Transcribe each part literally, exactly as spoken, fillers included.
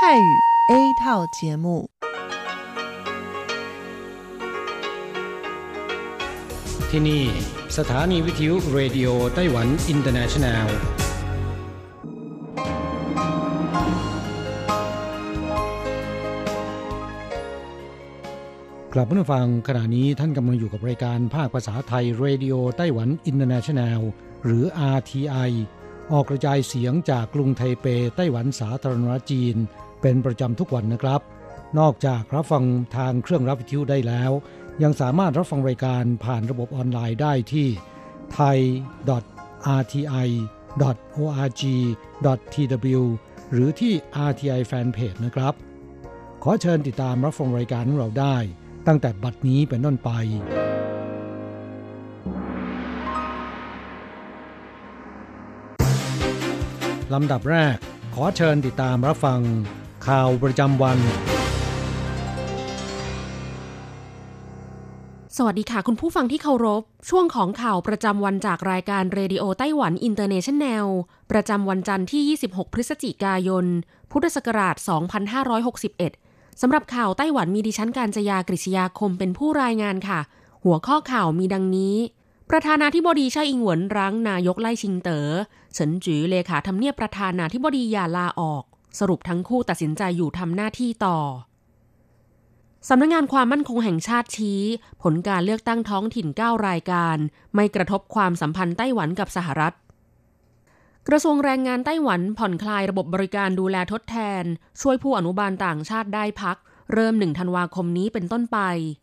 泰语 A 套节目ที่นี่สถานีวิทยุเรดิโอไต้หวันอินเตอร์เนชั่นแนลกลับมาฟังขณะนี้ท่านกำลังอยู่กับรายการภาคภาษาไทยเรดิโอไต้หวันอินเตอร์เนชั่นแนลหรือ อาร์ ที ไอ ออกกระจายเสียงจากกรุงไทเปไต้หวันสาธารณรัฐจีนเป็นประจำทุกวันนะครับนอกจากรับฟังทางเครื่องรับวิทยุได้แล้วยังสามารถรับฟังรายการผ่านระบบออนไลน์ได้ที่ ไทย ดอท อาร์ ที ไอ ดอท โอ อาร์ จี ดอท ที ดับเบิลยู หรือที่ อาร์ ที ไอ Fanpage นะครับขอเชิญติดตามรับฟังรายการของเราได้ตั้งแต่บัดนี้เป็นต้นไปลำดับแรกขอเชิญติดตามรับฟังข่าวประจำวันสวัสดีค่ะคุณผู้ฟังที่เคารพช่วงของข่าวประจำวันจากรายการเรดิโอไต้หวันอินเตอร์เนชั่นแนลประจำวันจันทร์ที่ยี่สิบหกพฤศจิกายนพุทธศักราชสองพันห้าร้อยหกสิบเอ็ดสำหรับข่าวไต้หวันมีดิฉันกาญจยากฤษยาคมเป็นผู้รายงานค่ะหัวข้อข่าวมีดังนี้ประธานาธิบดีไช่อิงเหวินรั้งนายกไล่ชิงเต๋อเฉินจือเลขาทำเนียบประธานาธิบดีอย่าลาออกสรุปทั้งคู่ตัดสินใจอยู่ทำหน้าที่ต่อสำนักงานความมั่นคงแห่งชาติชี้ผลการเลือกตั้งท้องถิ่นเก้ารายการไม่กระทบความสัมพันธ์ไต้หวันกับสหรัฐกระทรวงแรงงานไต้หวันผ่อนคลายระบบบริการดูแลทดแทนช่วยผู้อนุบาลต่างชาติได้พักเริ่มหนึ่งธันวาคมนี้เป็นต้นไป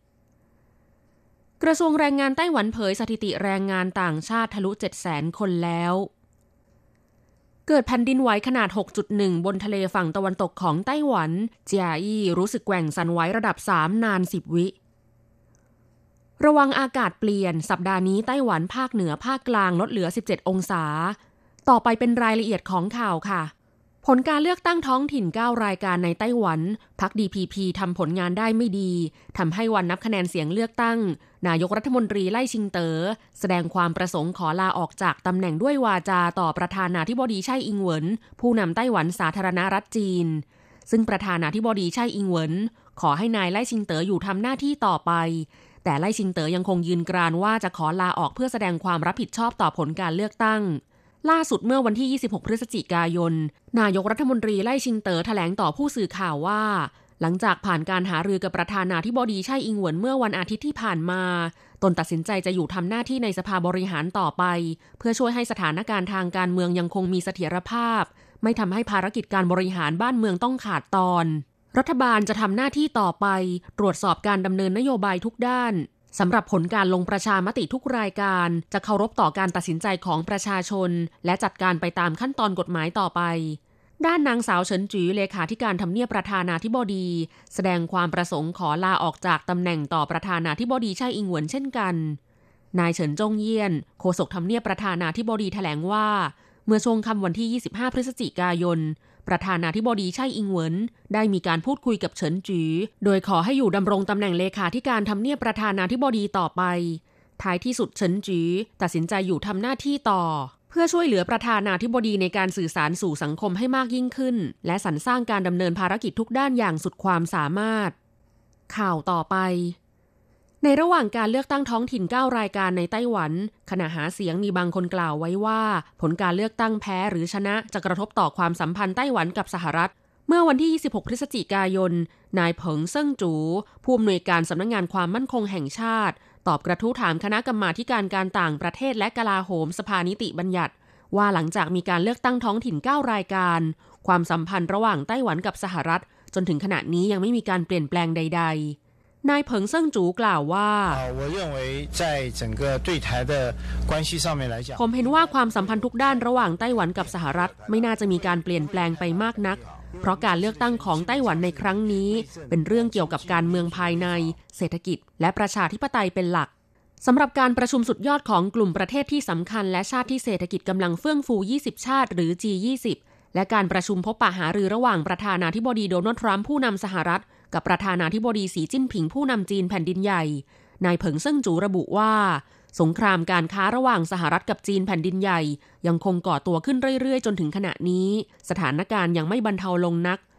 กระทรวงแรงงานไต้หวันเผยสถิติแรงงานต่างชาติทะลุ เจ็ดแสน คนแล้วเกิดแผ่นดินไหวขนาด หกจุดหนึ่ง บนทะเลฝั่งตะวันตกของไต้หวันเจียอี้รู้สึกแกว่งสั่นไหวระดับสามนานสิบวิระวังอากาศเปลี่ยนสัปดาห์นี้ไต้หวันภาคเหนือภาคกลางลดเหลือสิบเจ็ดองศาต่อไปเป็นรายละเอียดของข่าวค่ะผลการเลือกตั้งท้องถิ่นเก้ารายการในไต้หวันพรรค ดี พี พี ทำผลงานได้ไม่ดีทำให้วันนับคะแนนเสียงเลือกตั้งนายกรัฐมนตรีไล่ชิงเต๋อแสดงความประสงค์ขอลาออกจากตำแหน่งด้วยวาจาต่อประธานาธิบดีไช่อิงเหวินผู้นำไต้หวันสาธารณรัฐจีนซึ่งประธานาธิบดีไช่อิงเหวินขอให้นายไล่ชิงเต๋ออยู่ทำหน้าที่ต่อไปแต่ไล่ชิงเต๋อยังคงยืนกรานว่าจะขอลาออกเพื่อแสดงความรับผิดชอบต่อผลการเลือกตั้งล่าสุดเมื่อวันที่ยี่สิบหกพฤศจิกายนนายกรัฐมนตรีไล่ชิงเต๋อแถลงต่อผู้สื่อข่าวว่าหลังจากผ่านการหารือกับประธานาธิบดีไช่อิงเหวินเมื่อวันอาทิตย์ที่ผ่านมาตนตัดสินใจจะอยู่ทำหน้าที่ในสภาบริหารต่อไปเพื่อช่วยให้สถานการณ์ทางการเมืองยังคงมีเสถียรภาพไม่ทำให้ภารกิจการบริหารบ้านเมืองต้องขาดตอนรัฐบาลจะทำหน้าที่ต่อไปตรวจสอบการดำเนินนโยบายทุกด้านสำหรับผลการลงประชามติทุกรายการจะเคารพต่อการตัดสินใจของประชาชนและจัดการไปตามขั้นตอนกฎหมายต่อไปด้านนางสาวเฉินจือเลขาธิการทำเนียบประธานาธิบดีแสดงความประสงค์ขอลาออกจากตำแหน่งต่อประธานาธิบดีไช่อิงเหวินเช่นกันนายเฉินจงเยี่ยนโฆษกทำเนียบประธานาธิบดีแถลงว่าเมื่อช่วงค่ำวันที่ยี่สิบห้าพฤศจิกายนประธานาธิบดีไช่อิงเหวินได้มีการพูดคุยกับเฉินจือโดยขอให้อยู่ดำรงตำแหน่งเลขาธิการทำเนียบประธานาธิบดีต่อไปท้ายที่สุดเฉินจือตัดสินใจอยู่ทำหน้าที่ต่อเพื่อช่วยเหลือประธานาธิบดีในการสื่อสารสู่สังคมให้มากยิ่งขึ้นและสรรสร้างการดำเนินภารกิจทุกด้านอย่างสุดความสามารถข่าวต่อไปในระหว่างการเลือกตั้งท้องถิ่นเก้ารายการในไต้หวันขณะหาเสียงมีบางคนกล่าวไว้ว่าผลการเลือกตั้งแพ้หรือชนะจะกระทบต่อความสัมพันธ์ไต้หวันกับสหรัฐเมื่อวันที่ยี่สิบหกพฤศจิกายนนายเผิงเซิ่งจูผู้อำนวยการสำนักงานความมั่นคงแห่งชาติตอบกระทู้ถามคณะกรรมาธิการการต่างประเทศและกลาโหมสภานิติบัญญัติว่าหลังจากมีการเลือกตั้งท้องถิ่นเก้ารายการความสัมพันธ์ระหว่างไต้หวันกับสหรัฐจนถึงขณะนี้ยังไม่มีการเปลี่ยนแปลงใดๆนายเผิงเซิ่งจูกล่าวว่าผมเห็นว่าความสัมพันธ์ทุกด้านระหว่างไต้หวันกับสหรัฐไม่น่าจะมีการเปลี่ยนแปลงไปมากนักเพราะการเลือกตั้งของไต้หวันในครั้งนี้เป็นเรื่องเกี่ยวกับการเมืองภายในเศรษฐกิจและประชาธิปไตยเป็นหลักสำหรับการประชุมสุดยอดของกลุ่มประเทศที่สำคัญและชาติที่เศรษฐกิจกำลังเฟื่องฟูยี่สิบชาติหรือ จี ยี่สิบ และการประชุมพบปะหารือระหว่างประธานาธิบดีโดนัลด์ทรัมป์ผู้นำสหรัฐกับประธานาธิบดีสีจิ้นผิงผู้นำจีนแผ่นดินใหญ่นายเผิงเซิ่งจูระบุว่าสงครามการค้าระหว่างสหรัฐกับจีนแผ่นดินใหญ่ยังคงก่อตัวขึ้นเรื่อยๆจนถึงขณะนี้สถานการณ์ยังไม่บรรเทาลงนัก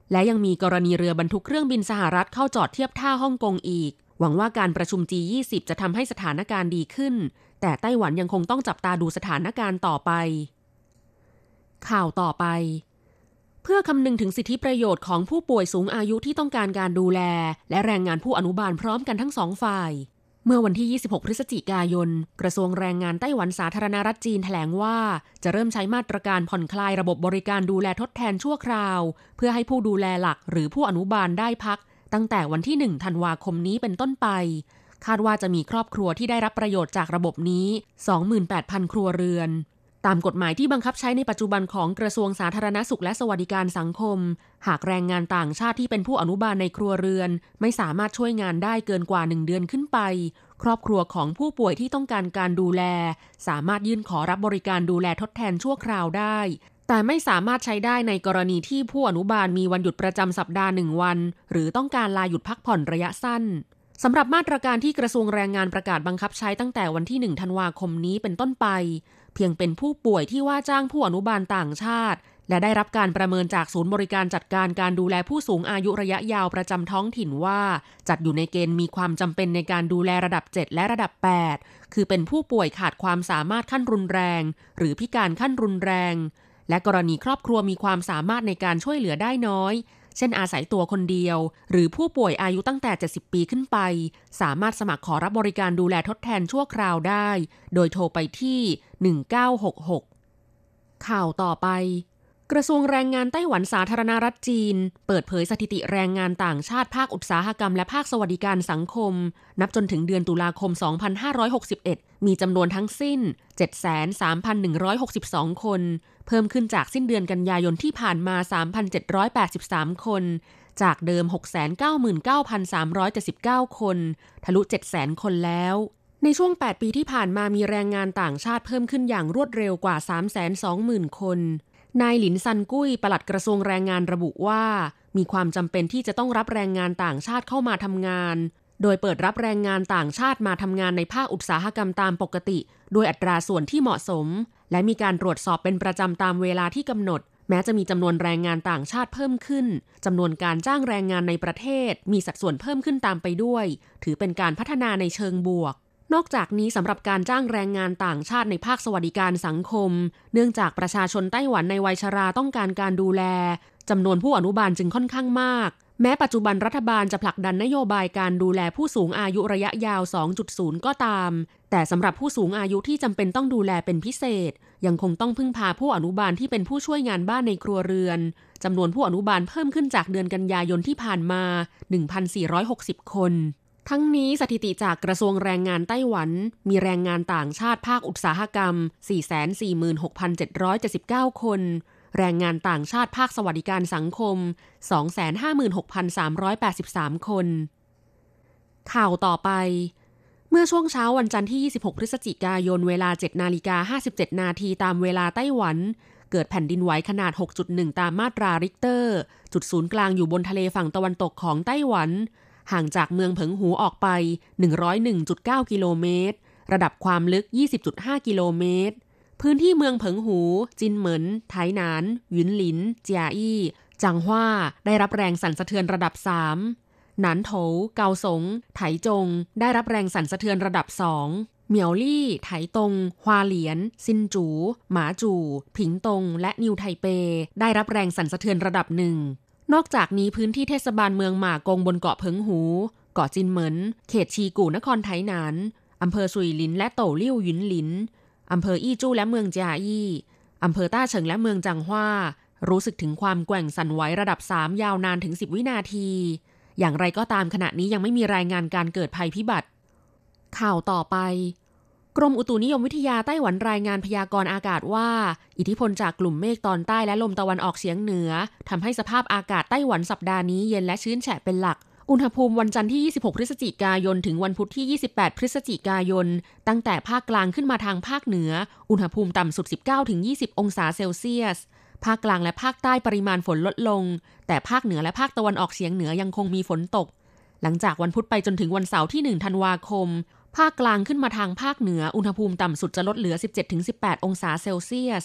และยังมีกรณีเรือบรรทุกเครื่องบินสหรัฐเข้าจอดเทียบท่าฮ่องกงอีกหวังว่าการประชุม จี ยี่สิบ จะทำให้สถานการณ์ดีขึ้นแต่ไต้หวันยังคงต้องจับตาดูสถานการณ์ต่อไปข่าวต่อไปเพื่อคำนึงถึงสิทธิประโยชน์ของผู้ป่วยสูงอายุที่ต้องการการดูแลและแรงงานผู้อนุบาลพร้อมกันทั้งสองฝ่ายเมื่อวันที่ยี่สิบหกพฤศจิกายนกระทรวงแรงงานไต้หวันสาธารณรัฐจีนแถลงว่าจะเริ่มใช้มาตรการผ่อนคลายระบบบริการดูแลทดแทนชั่วคราวเพื่อให้ผู้ดูแลหลักหรือผู้อนุบาลได้พักตั้งแต่วันที่หนึ่งธันวาคมนี้เป็นต้นไปคาดว่าจะมีครอบครัวที่ได้รับประโยชน์จากระบบนี้ สองหมื่นแปดพัน ครัวเรือนตามกฎหมายที่บังคับใช้ในปัจจุบันของกระทรวงสาธารณสุขและสวัสดิการสังคมหากแรงงานต่างชาติที่เป็นผู้อนุบาลในครัวเรือนไม่สามารถช่วยงานได้เกินกว่าหนึ่งเดือนขึ้นไปครอบครัวของผู้ป่วยที่ต้องการการดูแลสามารถยื่นขอรับบริการดูแลทดแทนชั่วคราวได้แต่ไม่สามารถใช้ได้ในกรณีที่ผู้อนุบาลมีวันหยุดประจำสัปดาห์หนึ่งวันหรือต้องการลาหยุดพักผ่อนระยะสั้นสำหรับมาตรการที่กระทรวงแรงงานประกาศบังคับใช้ตั้งแต่วันที่หนึ่งธันวาคมนี้เป็นต้นไปเพียงเป็นผู้ป่วยที่ว่าจ้างผู้อนุบาลต่างชาติและได้รับการประเมินจากศูนย์บริการจัดการการดูแลผู้สูงอายุระยะยาวประจำท้องถิ่นว่าจัดอยู่ในเกณฑ์มีความจำเป็นในการดูแลระดับเจ็ดและระดับแปดคือเป็นผู้ป่วยขาดความสามารถขั้นรุนแรงหรือพิการขั้นรุนแรงและกรณีครอบครัวมีความสามารถในการช่วยเหลือได้น้อยเช่นอาศัยตัวคนเดียวหรือผู้ป่วยอายุตั้งแต่เจ็ดสิบปีขึ้นไปสามารถสมัครขอรับบริการดูแลทดแทนชั่วคราวได้โดยโทรไปที่หนึ่งเก้าหกหกข่าวต่อไปกระทรวงแรงงานไต้หวันสาธารณรัฐจีนเปิดเผยสถิติแรงงานต่างชาติภาคอุตสาหกรรมและภาคสวัสดิการสังคมนับจนถึงเดือนตุลาคมสองพันห้าร้อยหกสิบเอ็ดมีจำนวนทั้งสิ้น เจ็ดแสนสามพันหนึ่งร้อยหกสิบสอง คนเพิ่มขึ้นจากสิ้นเดือนกันยายนที่ผ่านมา สามพันเจ็ดร้อยแปดสิบสาม คนจากเดิม หกแสนเก้าหมื่นเก้าพันสามร้อยเจ็ดสิบเก้า คนทะลุ เจ็ดแสน คนแล้วในช่วงแปดปีที่ผ่านมามีแรงงานต่างชาติเพิ่มขึ้นอย่างรวดเร็วกว่า สามแสนสองหมื่น คนนายหลินซันกุ้ยปลัดกระทรวงแรงงานระบุว่ามีความจำเป็นที่จะต้องรับแรงงานต่างชาติเข้ามาทำงานโดยเปิดรับแรงงานต่างชาติมาทำงานในภาคอุตสาหกรรมตามปกติโดยอัตราส่วนที่เหมาะสมและมีการตรวจสอบเป็นประจำตามเวลาที่กำหนดแม้จะมีจำนวนแรงงานต่างชาติเพิ่มขึ้นจำนวนการจ้างแรงงานในประเทศมีสัดส่วนเพิ่มขึ้นตามไปด้วยถือเป็นการพัฒนาในเชิงบวกนอกจากนี้สำหรับการจ้างแรงงานต่างชาติในภาคสวัสดิการสังคมเนื่องจากประชาชนไต้หวันในวัยชราต้องการการดูแลจำนวนผู้อนุบาลจึงค่อนข้างมากแม้ปัจจุบันรัฐบาลจะผลักดันนโยบายการดูแลผู้สูงอายุระยะยาว สองจุดศูนย์ ก็ตามแต่สำหรับผู้สูงอายุที่จำเป็นต้องดูแลเป็นพิเศษยังคงต้องพึ่งพาผู้อนุบาลที่เป็นผู้ช่วยงานบ้านในครัวเรือนจำนวนผู้อนุบาลเพิ่มขึ้นจากเดือนกันยายนที่ผ่านมา หนึ่งพันสี่ร้อยหกสิบ คนทั้งนี้สถิติจากกระทรวงแรงงานไต้หวันมีแรงงานต่างชาติภาคอุตสาหกรรม สี่แสนสี่หมื่นหกพันเจ็ดร้อยเจ็ดสิบเก้า คนแรงงานต่างชาติภาคสวัสดิการสังคม สองแสนห้าหมื่นหกพันสามร้อยแปดสิบสาม คนข่าวต่อไปเมื่อช่วงเช้าวันจันทร์ที่ยี่สิบหกพฤศจิกายนเวลา เจ็ดนาฬิกาห้าสิบเจ็ดนาทีตามเวลาไต้หวันเกิดแผ่นดินไหวขนาด หกจุดหนึ่ง ตามมาตราริกเตอร์จุดศูนย์กลางอยู่บนทะเลฝั่งตะวันตกของไต้หวันห่างจากเมืองเผิงหูออกไป หนึ่งร้อยเอ็ดจุดเก้า กิโลเมตรระดับความลึก ยี่สิบจุดห้า กิโลเมตรพื้นที่เมืองเผิงหูจินเหมินไถหนานหยุนหลินเจียอี้จังหว้าได้รับแรงสั่นสะเทือนระดับสามหนานโถเกาสงไถจงได้รับแรงสั่นสะเทือนระดับสองเหมียวลี่ไถตงฮวาเหลียนซินจูหมาจูผิงตงและนิวไทเปได้รับแรงสั่นสะเทือนระดับหนึ่งนอกจากนี้พื้นที่เทศบาลเมืองหม่ากงบนเกาะเผิงหูเกาะจินเหมินเขตชีกู่นครไถหนานอำเภอซุยหลินและโตเลี่ยวหยุนหลินอำเภออี้จู้และเมืองจาอี้อำเภอต้าเฉิงและเมืองจังหว้ารู้สึกถึงความแกว่งสั่นไหวระดับสามยาวนานถึงสิบวินาทีอย่างไรก็ตามขณะนี้ยังไม่มีรายงานการเกิดภัยพิบัติข่าวต่อไปกรมอุตุนิยมวิทยาไต้หวันรายงานพยากรณ์อากาศว่าอิทธิพลจากกลุ่มเมฆตอนใต้และลมตะวันออกเฉียงเหนือทำให้สภาพอากาศไต้หวันสัปดาห์นี้เย็นและชื้นแฉะเป็นหลักอุณหภูมิวันจันทร์ที่ยี่สิบหกพฤศจิกายนถึงวันพุธที่ยี่สิบแปดพฤศจิกายนตั้งแต่ภาคกลางขึ้นมาทางภาคเหนืออุณหภูมิต่ำสุด สิบเก้าถึงยี่สิบ องศาเซลเซียสภาคกลางและภาคใต้ปริมาณฝนลดลงแต่ภาคเหนือและภาคตะวันออกเฉียงเหนือยังคงมีฝนตกหลังจากวันพุธไปจนถึงวันเสาร์ที่หนึ่งธันวาคมภาคกลางขึ้นมาทางภาคเหนืออุณหภูมิต่ำสุดจะลดเหลือ สิบเจ็ดถึงสิบแปด องศาเซลเซียส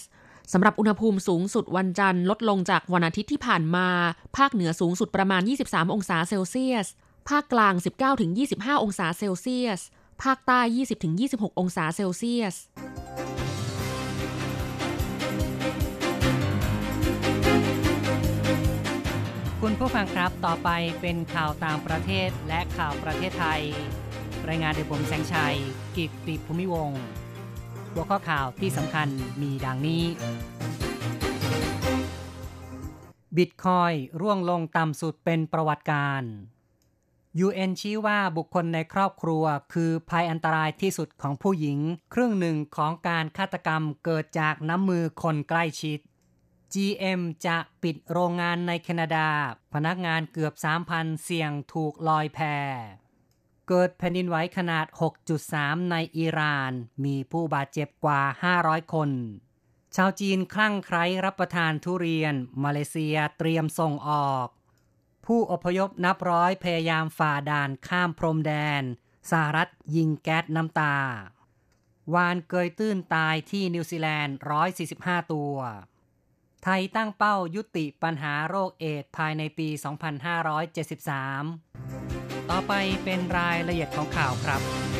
สำหรับอุณหภูมิสูงสุดวันจันทร์ลดลงจากวันอาทิตย์ที่ผ่านมาภาคเหนือสูงสุดประมาณยี่สิบสามองศาเซลเซียสภาคกลาง สิบเก้าถึงยี่สิบห้า องศาเซลเซียสภาคใต้ ยี่สิบถึงยี่สิบหก องศาเซลเซียสคุณผู้ฟังครับต่อไปเป็นข่าวต่างประเทศและข่าวประเทศไทยรายงานโดยผมแสงชัยกิตติภูมิวงศ์หัวข้อข่าวที่สำคัญมีดังนี้บิตคอยน์ร่วงลงต่ำสุดเป็นประวัติการ ยู เอ็น ชี้ว่าบุคคลในครอบครัวคือภัยอันตรายที่สุดของผู้หญิงครึ่งหนึ่งของการฆาตกรรมเกิดจากน้ำมือคนใกล้ชิด จี เอ็ม จะปิดโรงงานในแคนาดาพนักงานเกือบ สามพัน เสี่ยงถูกลอยแพเกิดแผ่นดินไหวขนาด หกจุดสาม ในอิหร่านมีผู้บาดเจ็บกว่า ห้าร้อย คนชาวจีนคลั่งไคล้รับประทานทุเรียนมาเลเซียเตรียมส่งออกผู้อพยพนับร้อยพยายามฝ่าด่านข้ามพรมแดนสหรัฐยิงแก๊สน้ำตาวาฬเกยตื้นตายที่นิวซีแลนด์หนึ่งร้อยสี่สิบห้าตัวไทยตั้งเป้ายุติปัญหาโรคเอดส์ภายในปี สองพันห้าร้อยเจ็ดสิบสาม ต่อไปเป็นรายละเอียดของข่าวครับ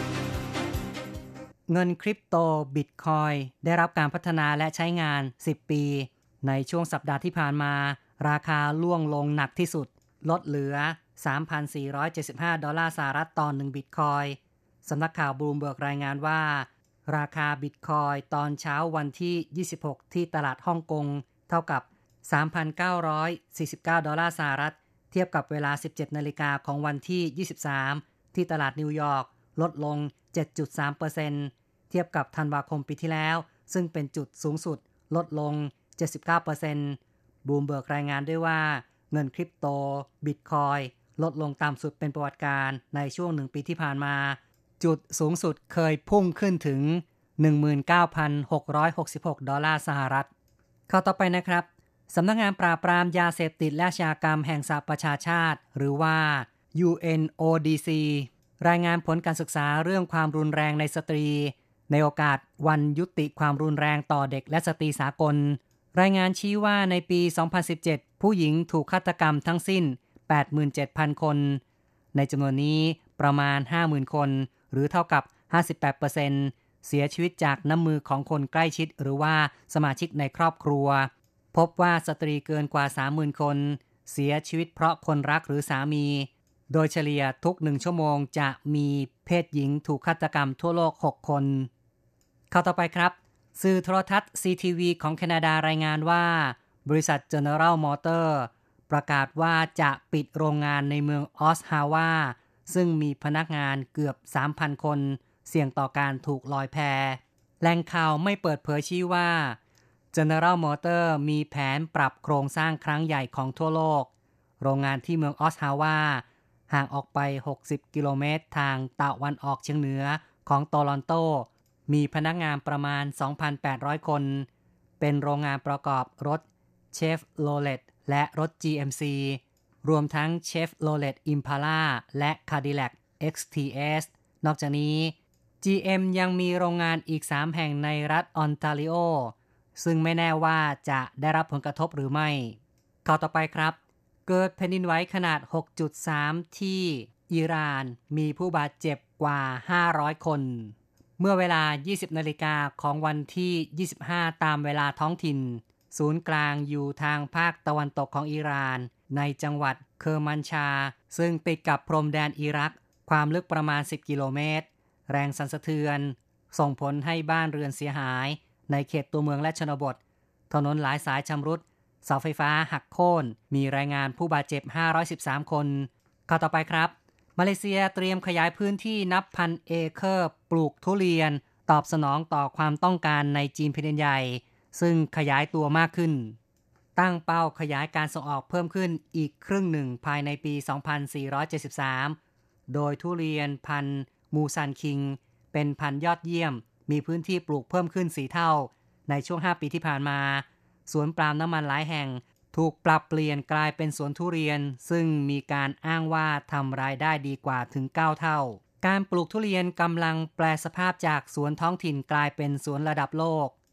เงินคริปโตบิตคอยน์ได้รับการพัฒนาและใช้งานสิบปีในช่วงสัปดาห์ที่ผ่านมาราคาล่วงลงหนักที่สุดลดเหลือ สามพันสี่ร้อยเจ็ดสิบห้า ดอลลาร์สหรัฐต่อหนึ่งบิตคอยน์สำนักข่าวบลูมเบิร์กรายงานว่าราคาบิตคอยน์ตอนเช้าวันที่ยี่สิบหกที่ตลาดฮ่องกงเท่ากับ สามพันเก้าร้อยสี่สิบเก้า ดอลลาร์สหรัฐเทียบกับเวลา สิบเจ็ดนาฬิกาของวันที่ยี่สิบสามที่ตลาดนิวยอร์กลดลง เจ็ดจุดสามเปอร์เซ็นต์ เทียบกับธันวาคมปีที่แล้วซึ่งเป็นจุดสูงสุดลดลง เจ็ดสิบเก้าเปอร์เซ็นต์ บลูมเบิร์กรายงานด้วยว่าเงินคริปโตบิตคอยน์ลดลงต่ำสุดเป็นประวัติการในช่วงหนึ่งปีที่ผ่านมาจุดสูงสุดเคยพุ่งขึ้นถึง หนึ่งหมื่นเก้าพันหกร้อยหกสิบหก ดอลลาร์สหรัฐเข้าต่อไปนะครับสำนักงานปราบปรามยาเสพติดและอาชญากรรมแห่งสหประชาชาติหรือว่า ยู เอ็น โอ ดี ซี รายงานผลการศึกษาเรื่องความรุนแรงในสตรีในโอกาสวันยุติความรุนแรงต่อเด็กและสตรีสากลรายงานชี้ว่าในปี สองพันสิบเจ็ด ผู้หญิงถูกฆาตกรรมทั้งสิ้น แปดหมื่นเจ็ดพัน คนในจำนวนนี้ประมาณ ห้าหมื่น คนหรือเท่ากับ ห้าสิบแปดเปอร์เซ็นต์ เสียชีวิตจากน้ำมือของคนใกล้ชิดหรือว่าสมาชิกในครอบครัวพบว่าสตรีเกินกว่า สามหมื่น คนเสียชีวิตเพราะคนรักหรือสามีโดยเฉลี่ยทุกหนึ่งชั่วโมงจะมีเพศหญิงถูกฆาตกรรมทั่วโลกหกคนเข้าต่อไปครับสื่อโทรทัศน์ ซี ที วี ของแคนาดารายงานว่าบริษัท General Motors ประกาศว่าจะปิดโรงงานในเมืองออสฮาวาซึ่งมีพนักงานเกือบ สามพัน คนเสี่ยงต่อการถูกลอยแพแหล่งข่าวไม่เปิดเผยชี้ว่า General Motors มีแผนปรับโครงสร้างครั้งใหญ่ของทั่วโลกโรงงานที่เมืองออสฮาวาห่างออกไปหกสิบกิโลเมตรทางตะวันออกเฉียงเหนือของโตรอนโตมีพนักงานประมาณ สองพันแปดร้อย คนเป็นโรงงานประกอบรถ Chevrolet และรถ จี เอ็ม ซี รวมทั้ง Chevrolet Impala และ Cadillac เอ็กซ์ ที เอส นอกจากนี้ จี เอ็ม ยังมีโรงงานอีกสามแห่งในรัฐออนตาริโอซึ่งไม่แน่ว่าจะได้รับผลกระทบหรือไม่ข่าวต่อไปครับเกิดแผ่นดินไหวขนาด หกจุดสาม ที่อิหร่านมีผู้บาดเจ็บกว่า ห้าร้อย คนเมื่อเวลา ยี่สิบนาฬิกาของวันที่ ยี่สิบห้า ตามเวลาท้องถิ่นศูนย์กลางอยู่ทางภาคตะวันตกของอิหร่านในจังหวัดเคอร์มันชาซึ่งติดกับพรมแดนอิรักความลึกประมาณ สิบ กิโลเมตรแรงสั่นสะเทือนส่งผลให้บ้านเรือนเสียหายในเขตตัวเมืองและชนบทถนนหลายสายชำรุดเสาไฟฟ้าหักโค่นมีรายงานผู้บาดเจ็บห้าร้อยสิบสามคนข่าวต่อไปครับมาเลเซียเตรียมขยายพื้นที่นับพันเอเคอร์ปลูกทุเรียนตอบสนองต่อความต้องการในจีนแผ่นดินใหญ่ซึ่งขยายตัวมากขึ้นตั้งเป้าขยายการส่งออกเพิ่มขึ้นอีกครึ่งหนึ่งภายในปี สองพันสี่ร้อยเจ็ดสิบสาม โดยทุเรียนพันธุ์มูซันคิงเป็นพันธุ์ยอดเยี่ยมมีพื้นที่ปลูกเพิ่มขึ้นสี่เท่าในช่วงห้าปีที่ผ่านมาสวนปาล์มน้ำมันหลายแห่งถูกปรับเปลี่ยนกลายเป็นสวนทุเรียนซึ่งมีการอ้างว่าทำรายได้ดีกว่าถึงเก้าเท่าการปลูกทุเรียนกำลังแปลสภาพจากสวนท้องถิ่นกลายเป็นสวนระดับโลกข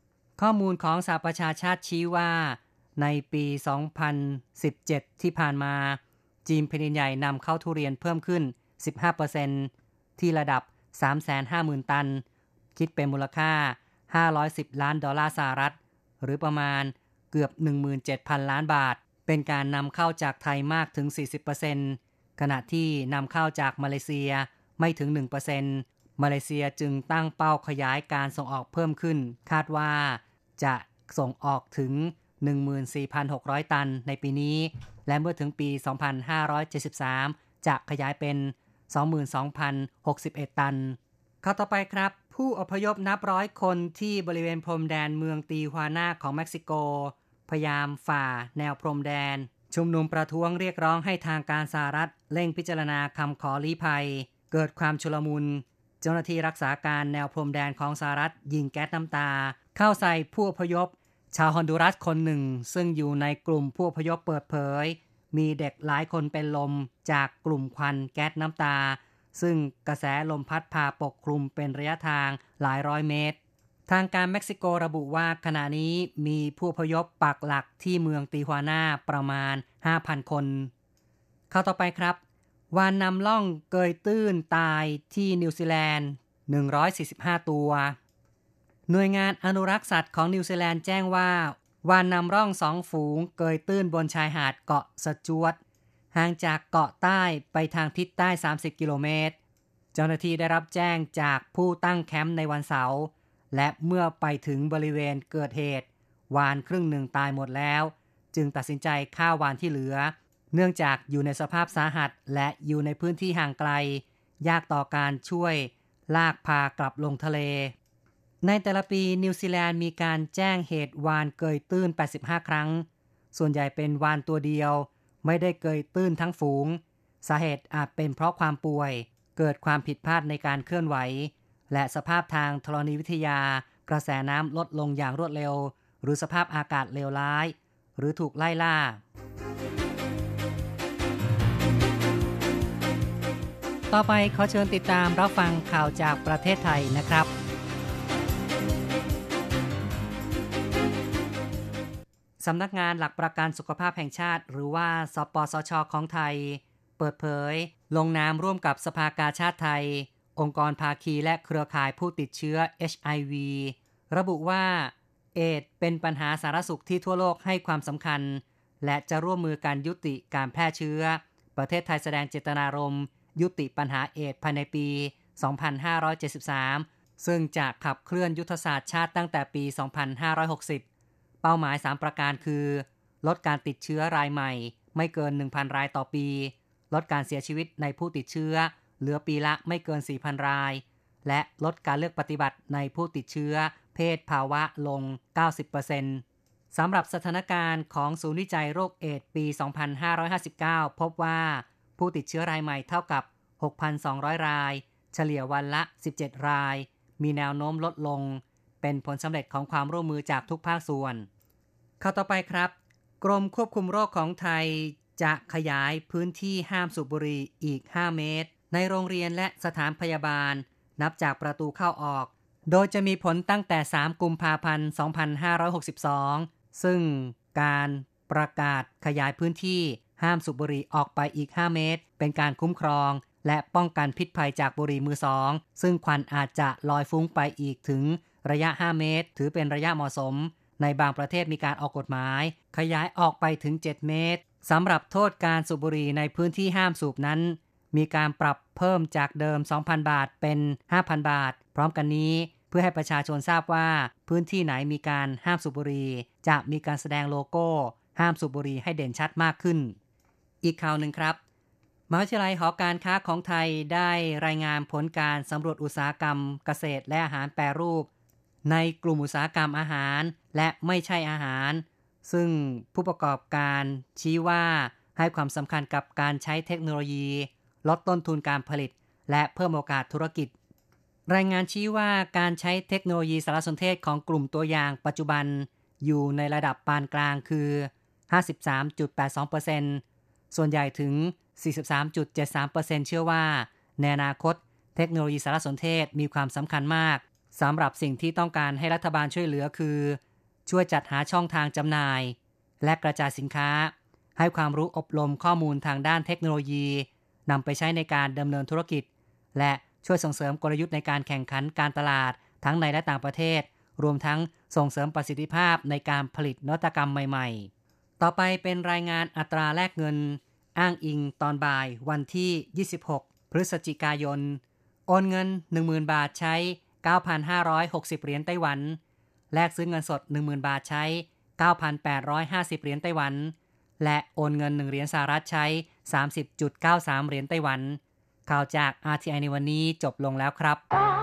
ข้อมูลของสหประชาชาติชี้ว่าในปี สองพันสิบเจ็ด ที่ผ่านมาจีนแผ่นดินใหญ่นำเข้าทุเรียนเพิ่มขึ้น สิบห้าเปอร์เซ็นต์ ที่ระดับ สามแสนห้าหมื่น ตันคิดเป็นมูลค่าห้าร้อยสิบล้านดอลลาร์สหรัฐหรือประมาณเกือบ หนึ่งหมื่นเจ็ดพัน ล้านบาทเป็นการนำเข้าจากไทยมากถึง สี่สิบเปอร์เซ็นต์ ขณะที่นำเข้าจากมาเลเซียไม่ถึง หนึ่งเปอร์เซ็นต์ มาเลเซียจึงตั้งเป้าขยายการส่งออกเพิ่มขึ้นคาดว่าจะส่งออกถึง หนึ่งหมื่นสี่พันหกร้อย ตันในปีนี้และเมื่อถึงปี สองพันห้าร้อยเจ็ดสิบสาม จะขยายเป็น สองหมื่นสองพันหกสิบเอ็ด ตันข้อต่อไปครับผู้อพยพนับร้อยคนที่บริเวณพรมแดนเมืองติฮวานาของเม็กซิโกพยายามฝ่าแนวพรมแดนชุมนุมประท้วงเรียกร้องให้ทางการสหรัฐเร่งพิจารณาคำขอลี้ภัยเกิดความชุลมุนเจ้าหน้าที่รักษาการแนวพรมแดนของสหรัฐยิงแก๊สน้ำตาเข้าใส่ผู้อพยพชาวฮอนดูรัสคนหนึ่งซึ่งอยู่ในกลุ่มผู้อพยพเปิดเผยมีเด็กหลายคนเป็นลมจากกลุ่มควันแก๊สน้ำตาซึ่งกระแสลมพัดพาปกคลุมเป็นระยะทางหลายร้อยเมตรทางการเม็กซิโกระบุว่าขณะนี้มีผู้อพยพปักหลักที่เมืองติฮวานาประมาณ ห้าพัน คนเข้าต่อไปครับวาฬนำล่องเกยตื้นตายที่นิวซีแลนด์หนึ่งร้อยสี่สิบห้าตัวหน่วยงานอนุรักษ์สัตว์ของนิวซีแลนด์แจ้งว่าวาฬนำร่องสองฝูงเกยตื้นบนชายหาดเกาะสจวตห่างจากเกาะใต้ไปทางทิศใต้สามสิบกิโลเมตรเจ้าหน้าที่ได้รับแจ้งจากผู้ตั้งแคมป์ในวันเสาร์และเมื่อไปถึงบริเวณเกิดเหตุวาฬครึ่งหนึ่งตายหมดแล้วจึงตัดสินใจฆ่าวาฬที่เหลือเนื่องจากอยู่ในสภาพสาหัสและอยู่ในพื้นที่ห่างไกลยากต่อการช่วยลากพากลับลงทะเลในแต่ละปีนิวซีแลนด์มีการแจ้งเหตุวาฬเกยตื้นแปดสิบห้าครั้งส่วนใหญ่เป็นวาฬตัวเดียวไม่ได้เกยตื้นทั้งฝูงสาเหตุอาจเป็นเพราะความป่วยเกิดความผิดพลาดในการเคลื่อนไหวและสภาพทางธรณีวิทยากระแสน้ำลดลงอย่างรวดเร็วหรือสภาพอากาศเลวร้ายหรือถูกไล่ล่าต่อไปขอเชิญติดตามรับฟังข่าวจากประเทศไทยนะครับสำนักงานหลักประกันสุขภาพแห่งชาติหรือว่าสปสช.ของไทยเปิดเผยลงนามร่วมกับสภากาชาดไทยองค์กรภาคีและเครือข่ายผู้ติดเชื้อ เอช ไอ วี ระบุว่าเอดส์เป็นปัญหาสาธารณสุขที่ทั่วโลกให้ความสำคัญและจะร่วมมือกันยุติการแพร่เชื้อประเทศไทยแสดงเจตนารมณ์ยุติปัญหาเอดส์ภายในปี สองพันห้าร้อยเจ็ดสิบสาม ซึ่งจะขับเคลื่อนยุทธศาสตร์ชาติตั้งแต่ปี สองพันห้าร้อยหกสิบ เป้าหมายสามประการคือลดการติดเชื้อรายใหม่ไม่เกิน หนึ่งพัน รายต่อปีลดการเสียชีวิตในผู้ติดเชื้อเหลือปีละไม่เกิน สี่พัน รายและลดการเลือกปฏิบัติในผู้ติดเชื้อเพศภาวะลง เก้าสิบเปอร์เซ็นต์ สำหรับสถานการณ์ของศูนย์วิจัยโรคเอดส์ปี สองพันห้าร้อยห้าสิบเก้า พบว่าผู้ติดเชื้อรายใหม่เท่ากับ หกพันสองร้อย รายเฉลี่ยวันละ สิบเจ็ด รายมีแนวโน้มลดลงเป็นผลสำเร็จของความร่วมมือจากทุกภาคส่วนข้อต่อไปครับกรมควบคุมโรคของไทยจะขยายพื้นที่ห้ามสูบบุหรี่อีกห้าเมตรในโรงเรียนและสถานพยาบาลนับจากประตูเข้าออกโดยจะมีผลตั้งแต่สามกุมภาพันธ์สองพันห้าร้อยหกสิบสองซึ่งการประกาศขยายพื้นที่ห้ามสูบบุหรี่ออกไปอีกห้าเมตรเป็นการคุ้มครองและป้องกันพิษภัยจากบุหรี่มือสองซึ่งควันอาจจะลอยฟุ้งไปอีกถึงระยะห้าเมตรถือเป็นระยะเหมาะสมในบางประเทศมีการออกกฎหมายขยายออกไปถึงเจ็ดเมตรสำหรับโทษการสูบบุหรี่ในพื้นที่ห้ามสูบนั้นมีการปรับเพิ่มจากเดิม สองพัน บาทเป็น ห้าพัน บาทพร้อมกันนี้เพื่อให้ประชาชนทราบว่าพื้นที่ไหนมีการห้ามสูบบุหรี่จะมีการแสดงโลโก้ห้ามสูบบุหรี่ให้เด่นชัดมากขึ้นอีกข่าวหนึ่งครับมหาวิทยาลัยหอการค้าของไทยได้รายงานผลการสำรวจอุตสาหกรรมเกษตรและอาหารแปรรูปในกลุ่มอุตสาหกรรมอาหารและไม่ใช่อาหารซึ่งผู้ประกอบการชี้ว่าให้ความสำคัญกับการใช้เทคโนโลยีลดต้นทุนการผลิตและเพิ่มโอกาสธุรกิจรายงานชี้ว่าการใช้เทคโนโลยีสารสนเทศของกลุ่มตัวอย่างปัจจุบันอยู่ในระดับปานกลางคือ ห้าสิบสามจุดแปดสองเปอร์เซ็นต์ ส่วนใหญ่ถึง สี่สิบสามจุดเจ็ดสามเปอร์เซ็นต์ เชื่อว่าในอนาคตเทคโนโลยีสารสนเทศมีความสำคัญมากสำหรับสิ่งที่ต้องการให้รัฐบาลช่วยเหลือคือช่วยจัดหาช่องทางจำหน่ายและกระจายสินค้าให้ความรู้อบรมข้อมูลทางด้านเทคโนโลยีนำไปใช้ในการดำเนินธุรกิจและช่วยส่งเสริมกลยุทธ์ในการแข่งขันการตลาดทั้งในและต่างประเทศรวมทั้งส่งเสริมประสิทธิภาพในการผลิตนวัตกรรมใหม่ๆต่อไปเป็นรายงานอัตราแลกเงินอ้างอิงตอนบ่ายวันที่ยี่สิบหกพฤศจิกายนโอนเงิน หนึ่งหมื่น บาทใช้ เก้าพันห้าร้อยหกสิบ เหรียญไต้หวันแลกซื้อเงินสด หนึ่งหมื่น บาทใช้ เก้าพันแปดร้อยห้าสิบ เหรียญไต้หวันและโอนเงินหนึ่งเหรียญสหรัฐใช้ สามสิบจุดเก้าสาม เหรียญไต้หวันข่าวจาก อาร์ ที ไอ ในวันนี้จบลงแล้วครับ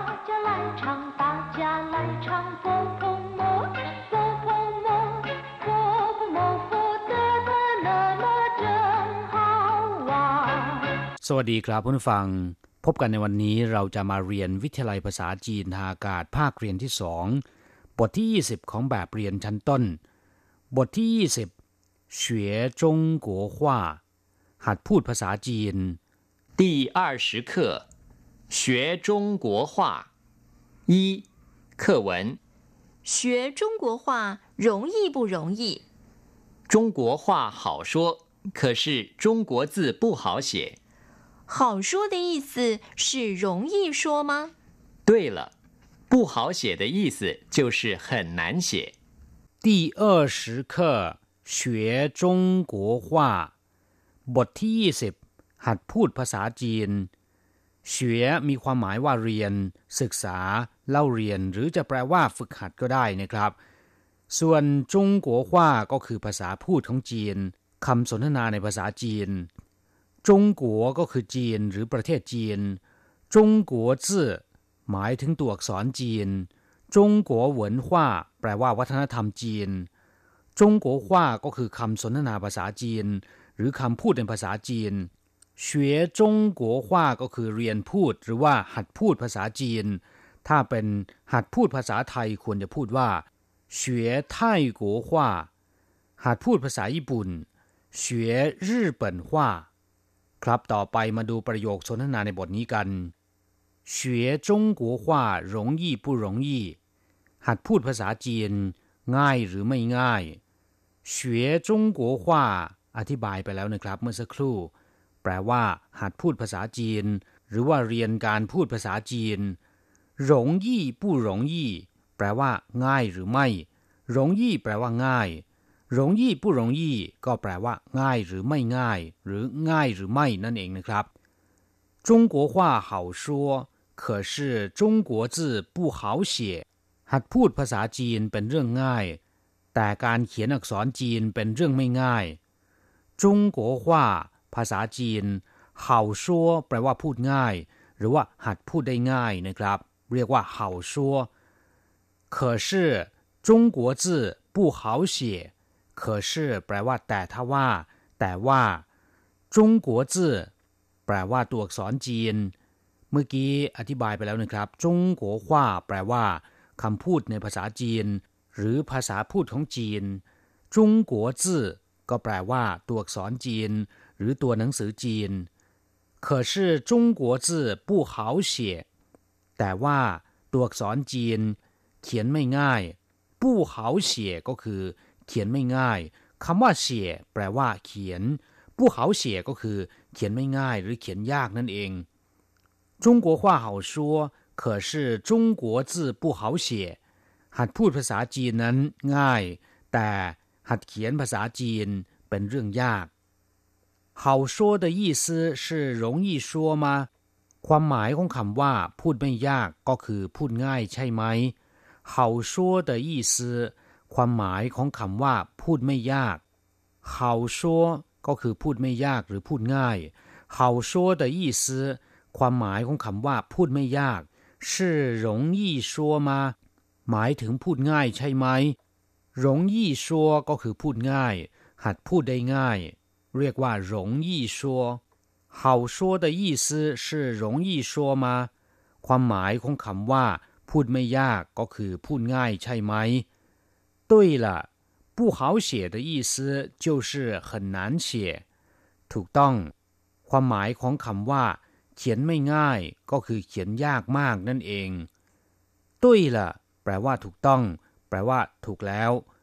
สวัสดีครับผู้ฟังพบกันในวันนี้เราจะมาเรียนวิทยาลัยภาษาจีนทางอากาศภาคเรียนที่สองบทที่ยี่สิบของแบบเรียนชั้นต้นบทที่ยี่สิบ学中国话หัดพูดภาษาจีน第二十课学中国话一课文学中国话容易不容易中国话好说可是中国字不好写好说的意思是容易说吗？ 对了，不好写的意思就是很难写。 第二十课学中国话บทที่ยี่สิบหัดพูดภาษาจีนเฉวยมีความหมายว่าเรียนศึกษาเล่าเรียนหรือจะแปลว่าฝึกหัดก็ได้นะครับส่วนจงกัวฮว่าก็คือภาษาพูดของจีนคำสนทนาในภาษาจีนจงกัวก็คือจีนหรือประเทศจีนจงกัวจื่อหมายถึงตัวอักษรจีนจงกัวเหวินฮว่าแปลว่าวัฒนธรรมจีนจงกัวฮว่าก็คือคำสนทนาภาษาจีนหรือคำพูดในภาษาจีน学中国话ก็คือเรียนพูดหรือว่าหัดพูดภาษาจีนถ้าเป็นหัดพูดภาษาไทยควรจะพูดว่า学泰国话หัดพูดภาษาญี่ปุ่น学日本话ครับต่อไปมาดูประโยคสนทนาในบทนี้กัน学中国话容易不容易หัดพูดภาษาจีนง่ายหรือไม่ง่าย学中国话อธิบายไปแล้วนะครับเมื่อสักครู่แปลว่าหัดพูดภาษาจีนหรือว่าเรียนการพูดภาษาจีน容易不容易แปลว่าง่ายหรือไม่容易แปลว่าง่าย容易不容易ก็แปลว่าง่ายหรือไม่ง่ายหรือง่ายหรือไม่นั่นเองนะครับ中国话好说可是中国字不好写หัดพูดภาษาจีนเป็นเรื่องง่ายแต่การเขียนอักษรจีนเป็นเรื่องไม่ง่าย中国话ภาษาจีนเห่าชัวแปลว่าพูดง่ายหรือว่าหัดพูดได้ง่ายนะครับเรียกว่าเห่าชัว可是中国字不好写可是แปลว่าแต่ถ้าว่าแต่ว่า中国字แปลว่าตัวอักษรจีนเมื่อกี้อธิบายไปแล้วนะครับจงกัวฮว่าแปลว่าคำพูดในภาษาจีนหรือภาษาพูดของจีนจงกัวจื่อก็แปลว่าตัวอักษรจีนหรือตัวหนังสือจีน可是中国字不好写แต่ว่าตัวอักษรจีนเขียนไม่ง่าย不好写ก็คือเขียนไม่ง่ายคำว่าเสียแปลว่าเขียน不好写ก็คือเขียนไม่ง่ายหรือเขียนยากนั่นเอง中国话好说可是中国字不好写หัดพูดภาษาจีนนั้นง่ายแต่หัดเขียนภาษาจีนเป็นเรื่องยาก好说的意思是容易说吗ความหมายของคำว่าพูดไม่ยากก็คือพูดง่ายใช่ไหม好说的意思ความหมายของคำว่าพูดไม่ยาก好说ก็คือพูดไม่ยากหรือพูดง่าย好说的意思ความหมายของคำว่าพูดไม่ยาก是容易说吗หมายถึงพูดง่ายใช่ไหม容易说ก็คือพูดง่ายหัดพูดได้ง่ายเรียกว่า容易说好说的意思是容易说吗ความหมายของคำว่าพูดไม่ยากก็คือพูดง่ายใช่ไหม对了不好写的意思就是很难写ถูกต้องความหมายของคำว่าเขียนไม่ง่ายก็คือเขียนยากมากนั่นเอง对了แปลว่าถูกต้องแปลว่าถูกแล้ว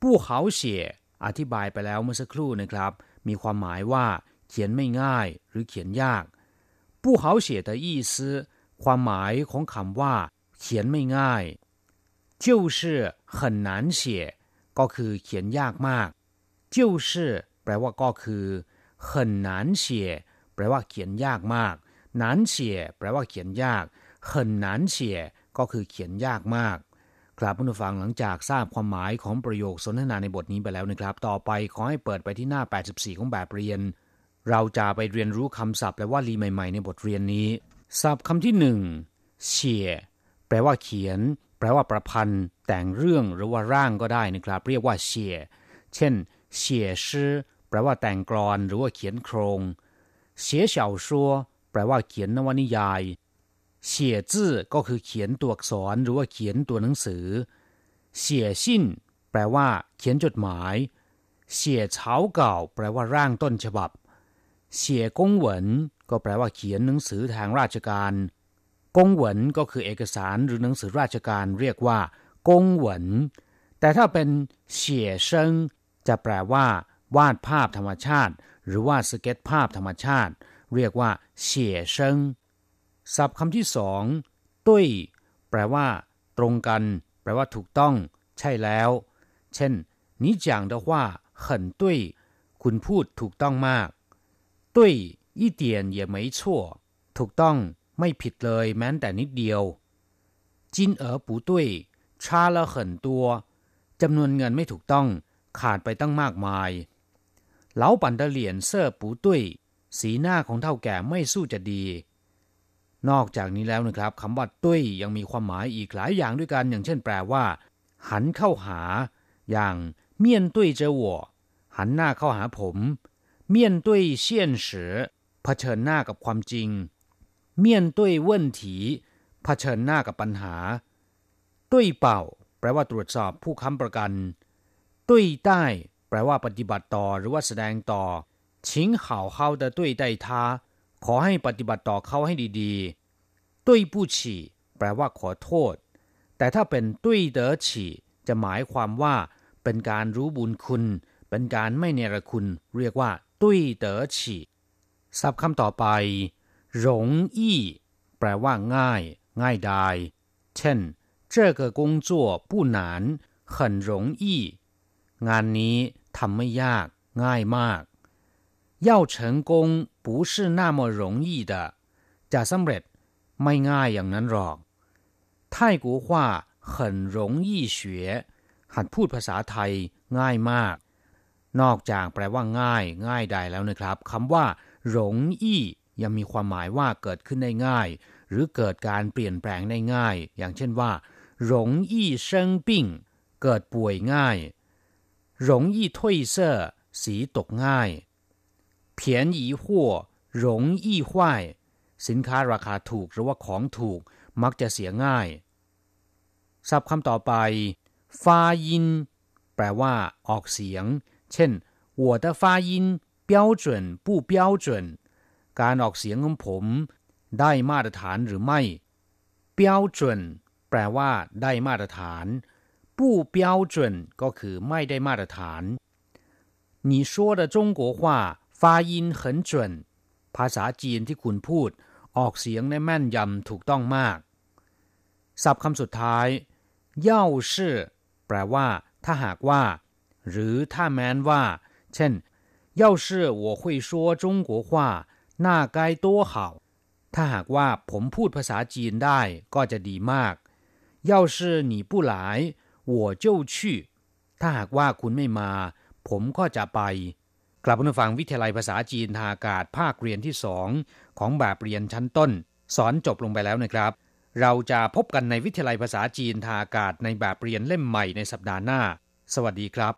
ผู้好写อธิบายไปแล้วเมื่อสักครู่นะครับมีความหมายว่าเขียนไม่ง่ายหรือเขียนยาก不好写的意思ความหมายของคำว่าเขียนไม่ง่าย就是很难写ก็คือเขียนยากมาก就是แปลว่าก็คือ很难写แปลว่าเขียนยากมาก难写แปลว่าเขียนยาก很难写ก็คือเขียนยากมากครับผู้ฟังหลังจากทราบความหมายของประโยคสนทนาในบทนี้ไปแล้วนะครับต่อไปขอให้เปิดไปที่หน้าแปดสิบสี่ของแบบเรียนเราจะไปเรียนรู้คำศัพท์และวลีใหม่ๆในบทเรียนนี้ศัพท์คำที่หนึ่งเฉียแปลว่าเขียนแปลว่าประพันธ์แต่งเรื่องหรือว่าร่างก็ได้นะครับเรียกว่าเฉียเช่นเฉียชื่อแปลว่าแต่งกลอนหรือว่าเขียนโครงเฉียเฉาซัวแปลว่าเขียนนวนิยายเฉียจื่อก็คือเขียนตัวอักษรหรือว่าเขียนตัวหนังสือเฉียซิ่นแปลว่าเขียนจดหมายเฉียเฉาเก่าแปลว่าร่างต้นฉบับเฉียกงเหวินก็แปลว่าเขียนหนังสือทางราชการกงเหวินก็คือเอกสารหรือหนังสือราชการเรียกว่ากงเหวินแต่ถ้าเป็นเฉียเซิงจะแปลว่าวาดภาพธรรมชาติหรือว่าสเก็ตภาพธรรมชาติเรียกว่าเฉียเซิงศัพท์คำที่สองตุ้ยแปลว่าตรงกันแปลว่าถูกต้องใช่แล้วเช่น你讲的话很对คุณพูดถูกต้องมากตุ้ย一点也没错ถูกต้องไม่ผิดเลยแม้แต่นิดเดียว金额不对差了很多จำนวนเงินไม่ถูกต้องขาดไปตั้งมากมาย老板的脸色不对สีหน้าของเฒ่าแก่ไม่สู้จะดีนอกจากนี้แล้วนะครับคำว่าตุ้ยยังมีความหมายอีกหลายอย่างด้วยกันอย่างเช่นแปลว่าหันเข้าหาอย่าง面对着我หันหน้าเข้าหาผม面对现实เผชิญหน้ากับความจริง面对问题เผชิญหน้ากับปัญหาตุ้ยเป่าแปลว่าตรวจสอบผู้ค้ำประกันตุ้ยใต้แปลว่าปฏิบัติต่อหรือว่าแสดงต่อ请好好的对待他ขอให้ปฏิบัติต่อเขาให้ดีๆตุ้ยผู้ฉี่แปลว่าขอโทษแต่ถ้าเป็นตุ้ยเด๋อฉี่จะหมายความว่าเป็นการรู้บุญคุณเป็นการไม่เนรคุณเรียกว่าตุ้ยเต๋อฉี่ศัพท์คำต่อไปหลงอี้แปลว่าง่ายง่ายดายเช่น这个工作不难很容易งานนี้ทำไม่ยากง่ายมาก要成功不是那么容易的จะสำเร็จไม่ง่ายอย่างนั้นหรอก泰国话很容易学หัดพูดภาษาไทยง่ายมากนอกจากแปลว่าง่ายง่ายได้แล้วนะครับคำว่าหลงอี้ยังมีความหมายว่าเกิดขึ้นได้ง่ายหรือเกิดการเปลี่ยนแปลงได้ง่ายอย่างเช่นว่าหลงอี้เซิงปิ้งเกิดป่วยง่ายหลงอี้ถ้วยเซ่อสีตกง่ายเพียนอีหัวหลงอี้ห้วยสินค้าราคาถูกหรือว่าของถูกมักจะเสียง่ายศัพท์คำต่อไปฟ้ายินแปลว่าออกเสียงเช่น我的发音标准不标准การออกเสียงของผมได้มาตรฐานหรือไม่标准แปลว่าได้มาตรฐาน不标准ก็คือไม่ได้มาตรฐาน你说的中国话发音很准ภาษาจีนที่คุณพูดออกเสียงได้แม่นยำถูกต้องมากศัพท์คำสุดท้าย要是แปลว่าถ้าหากว่าหรือถ้าแม้นว่าเช่น要是我会说中国话那该多好ถ้าหากว่าผมพูดภาษาจีนได้ก็จะดีมาก要是你不来我就去ถ้าหากว่าคุณไม่มาผมก็จะไปกลับมาฟังวิทยาลัยภาษาจีนทางอากาศภาคเรียนที่สองของแบบเรียนชั้นต้นสอนจบลงไปแล้วนะครับเราจะพบกันในวิทยาลัยภาษาจีนทางอากาศในแบบเรียนเล่มใหม่ในสัปดาห์หน้าสวัสดีครับ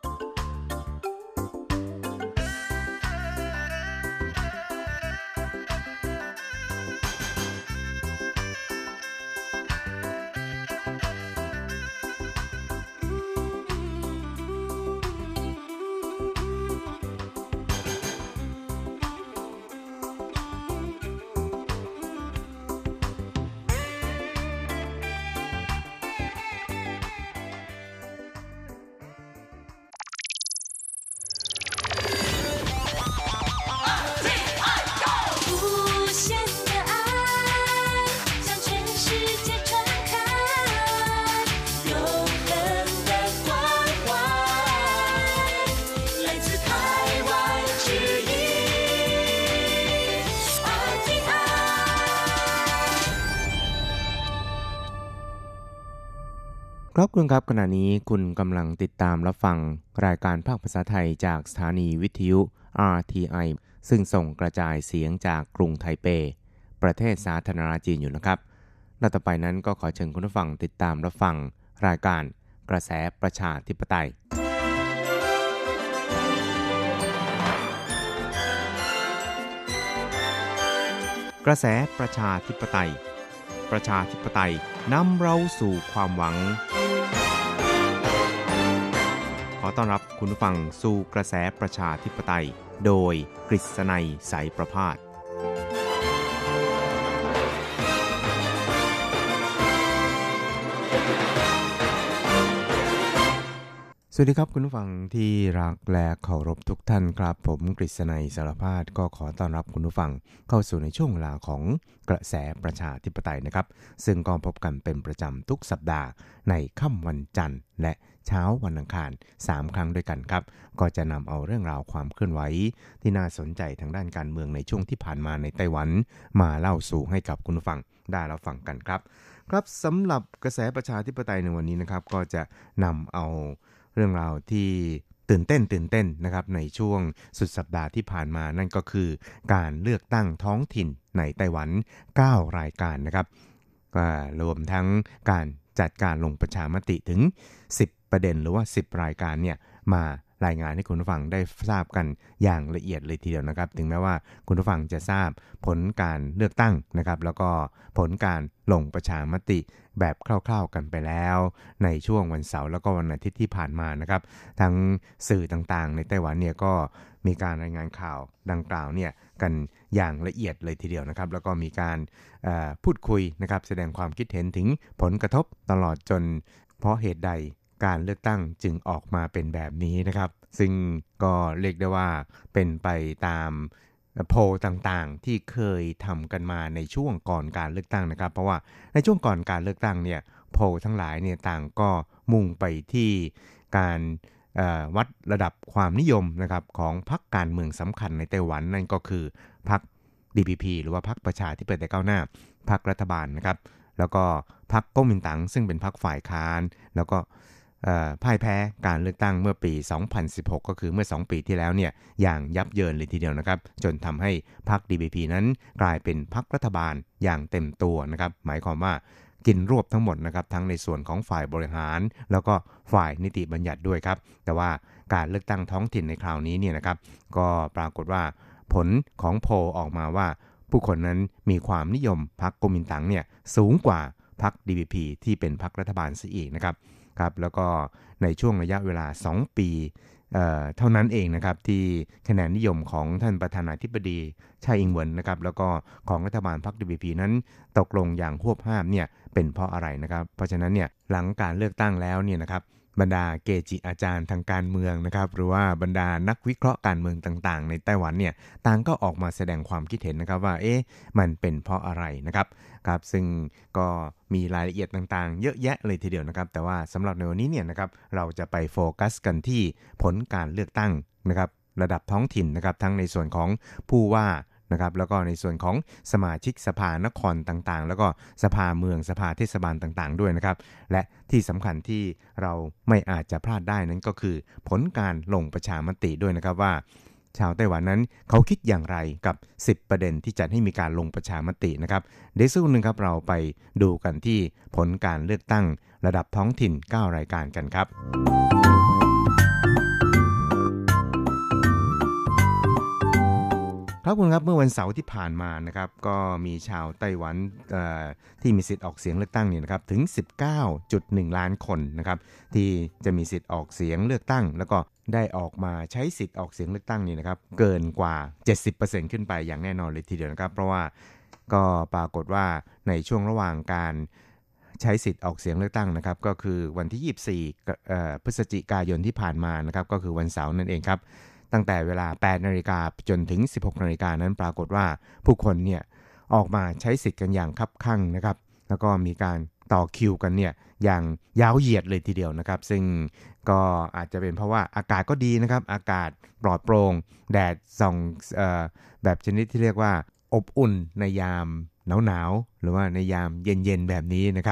ครับคุณครับขณะนี้คุณกำลังติดตามรับฟังรายการภาคภาษาไทยจากสถานีวิทยุ อาร์ ที ไอ ซึ่งส่งกระจายเสียงจากกรุงไทเปประเทศสาธารณรัฐจีนอยู่นะครับและต่อไปนั้นก็ขอเชิญคุณผู้ฟังติดตามรับฟังรายการกระแสประชาธิปไตยกระแสประชาธิปไตยประชาธิปไตยนำเราสู่ความหวังขอต้อนรับคุณผู้ฟังสู่กระแสประชาธิปไตยโดยกฤษณัยสายประภาสสวัสดีครับคุณผู้ฟังที่รักและเคารพทุกท่านครับผมกฤษณัยสารพาดก็ขอต้อนรับคุณผู้ฟังเข้าสู่ในช่วงเวลาของกระแสประชาธิปไตยนะครับซึ่งก็พบกันเป็นประจำทุกสัปดาห์ในค่ำวันจันทร์และเช้าวันอังคารสามครั้งด้วยกันครับก็จะนำเอาเรื่องราวความเคลื่อนไหวที่น่าสนใจทางด้านการเมืองในช่วงที่ผ่านมาในไต้หวันมาเล่าสู่ให้กับคุณผู้ฟังได้รับฟังกันครับครับสำหรับกระแสประชาธิปไตยในวันนี้นะครับก็จะนำเอาเรื่องราวที่ตื่นเต้นตื่นเต้นนะครับในช่วงสุดสัปดาห์ที่ผ่านมานั่นก็คือการเลือกตั้งท้องถิ่นในไต้หวันเก้ารายการนะครับก็รวมทั้งการจัดการลงประชามติถึงสิบประเด็นหรือว่าสิบรายการเนี่ยมารายงานให้คุณผู้ฟังได้ทราบกันอย่างละเอียดเลยทีเดียวนะครับถึงแม้ว่าคุณผู้ฟังจะทราบผลการเลือกตั้งนะครับแล้วก็ผลการลงประชามติแบบคร่าวๆกันไปแล้วในช่วงวันเสาร์แล้วก็วันอาทิตย์ที่ผ่านมานะครับทั้งสื่อต่างๆในไต้หวันเนี่ยก็มีการรายงานข่าวดังกล่าวเนี่ยกันอย่างละเอียดเลยทีเดียวนะครับแล้วก็มีการพูดคุยนะครับแสดงความคิดเห็นถึงผลกระทบตลอดจนเพราะเหตุใดการเลือกตั้งจึงออกมาเป็นแบบนี้นะครับซึ่งก็เรียกได้ว่าเป็นไปตามโพลต่างๆที่เคยทำกันมาในช่วงก่อนการเลือกตั้งนะครับเพราะว่าในช่วงก่อนการเลือกตั้งเนี่ยโพลทั้งหลายเนี่ยต่างก็มุ่งไปที่การวัดระดับความนิยมนะครับของพรรคการเมืองสำคัญในไต้หวันนั่นก็คือพรรค ดี พี พี หรือว่าพรรคประชาธิปไตยก้าวหน้าพรรครัฐบาลนะครับแล้วก็พรรคก๊กมินตั๋งซึ่งเป็นพรรคฝ่ายค้านแล้วก็พ่ายแพ้การเลือกตั้งเมื่อปีสองพันสิบหกก็คือเมื่อสองปีที่แล้วเนี่ยอย่างยับเยินเลยทีเดียวนะครับจนทำให้พรรค ดี พี พี นั้นกลายเป็นพรรครัฐบาลอย่างเต็มตัวนะครับหมายความว่ากินรวบทั้งหมดนะครับทั้งในส่วนของฝ่ายบริหารแล้วก็ฝ่ายนิติบัญญัติด้วยครับแต่ว่าการเลือกตั้งท้องถิ่นในคราวนี้เนี่ยนะครับก็ปรากฏว่าผลของโพลออกมาว่าผู้คนนั้นมีความนิยมพรรคก๊กมินตั๋งเนี่ยสูงกว่าพรรค ดี พี พี ที่เป็นพรรครัฐบาลซะอีกนะครับครับแล้วก็ในช่วงระยะเวลาสองปีเอ่อเท่านั้นเองนะครับที่คะแนนนิยมของท่านประธานาธิบดีไช่อิงเหวินนะครับแล้วก็ของรัฐบาลพรรค ดี พี พี นั้นตกลงอย่างหวบห้ามเนี่ยเป็นเพราะอะไรนะครับเพราะฉะนั้นเนี่ยหลังการเลือกตั้งแล้วเนี่ยนะครับบรรดาเกจิอาจารย์ทางการเมืองนะครับหรือว่าบรรดานักวิเคราะห์การเมืองต่างๆในไต้หวันเนี่ยต่างก็ออกมาแสดงความคิดเห็นนะครับว่าเอ๊ะมันเป็นเพราะอะไรนะครับครับซึ่งก็มีรายละเอียดต่างๆเยอะแยะเลยทีเดียวนะครับแต่ว่าสำหรับในวันนี้เนี่ยนะครับเราจะไปโฟกัสกันที่ผลการเลือกตั้งนะครับระดับท้องถิ่นนะครับทั้งในส่วนของผู้ว่านะครับแล้วก็ในส่วนของสมาชิกสภานครต่างๆแล้วก็สภาเมืองสภาเทศบาลต่างๆด้วยนะครับและที่สำคัญที่เราไม่อาจจะพลาดได้นั้นก็คือผลการลงประชามติด้วยนะครับว่าชาวไต้หวันนั้นเขาคิดอย่างไรกับสิบประเด็นที่จัดให้มีการลงประชามตินะครับเดี๋ยวสักครู่นึงครับเราไปดูกันที่ผลการเลือกตั้งระดับท้องถิ่นเก้ารายการกันครับครับคุณครับเมื่อวันเสาร์ที่ผ่านมานะครับก็มีชาวไต้หวันที่มีสิทธิ์ออกเสียงเลือกตั้งเนี่ยนะครับถึง สิบเก้าจุดหนึ่ง ล้านคนนะครับที่จะมีสิทธิ์ออกเสียงเลือกตั้งแล้วก็ได้ออกมาใช้สิทธิ์ออกเสียงเลือกตั้งนี่นะครับเกินกว่า เจ็ดสิบเปอร์เซ็นต์ ขึ้นไปอย่างแน่นอนเลยทีเดียวนะครับเพราะว่าก็ปรากฏว่าในช่วงระหว่างการใช้สิทธิ์ออกเสียงเลือกตั้งนะครับก็คือวันที่ยี่สิบสี่พฤศจิกายนที่ผ่านมานะครับก็คือวันเสาร์นั่นเองครับตั้งแต่เวลา แปดนาฬิกา จนถึง สิบหกนาฬิกานั้นปรากฏว่าผู้คนเนี่ยออกมาใช้สิทธิ์กันอย่างคับคั่งนะครับแล้วก็มีการต่อคิวกันเนี่ยอย่างยาวเหยียดเลยทีเดียวนะครับซึ่งก็อาจจะเป็นเพราะว่าอากาศก็ดีนะครับอากาศปลอดโปร่งแดดส่องเอ่อแบบชนิดที่เรียกว่าอบอุ่นในยามหนาวๆหรือว่าในยามเย็นๆแบบนี้นะครับ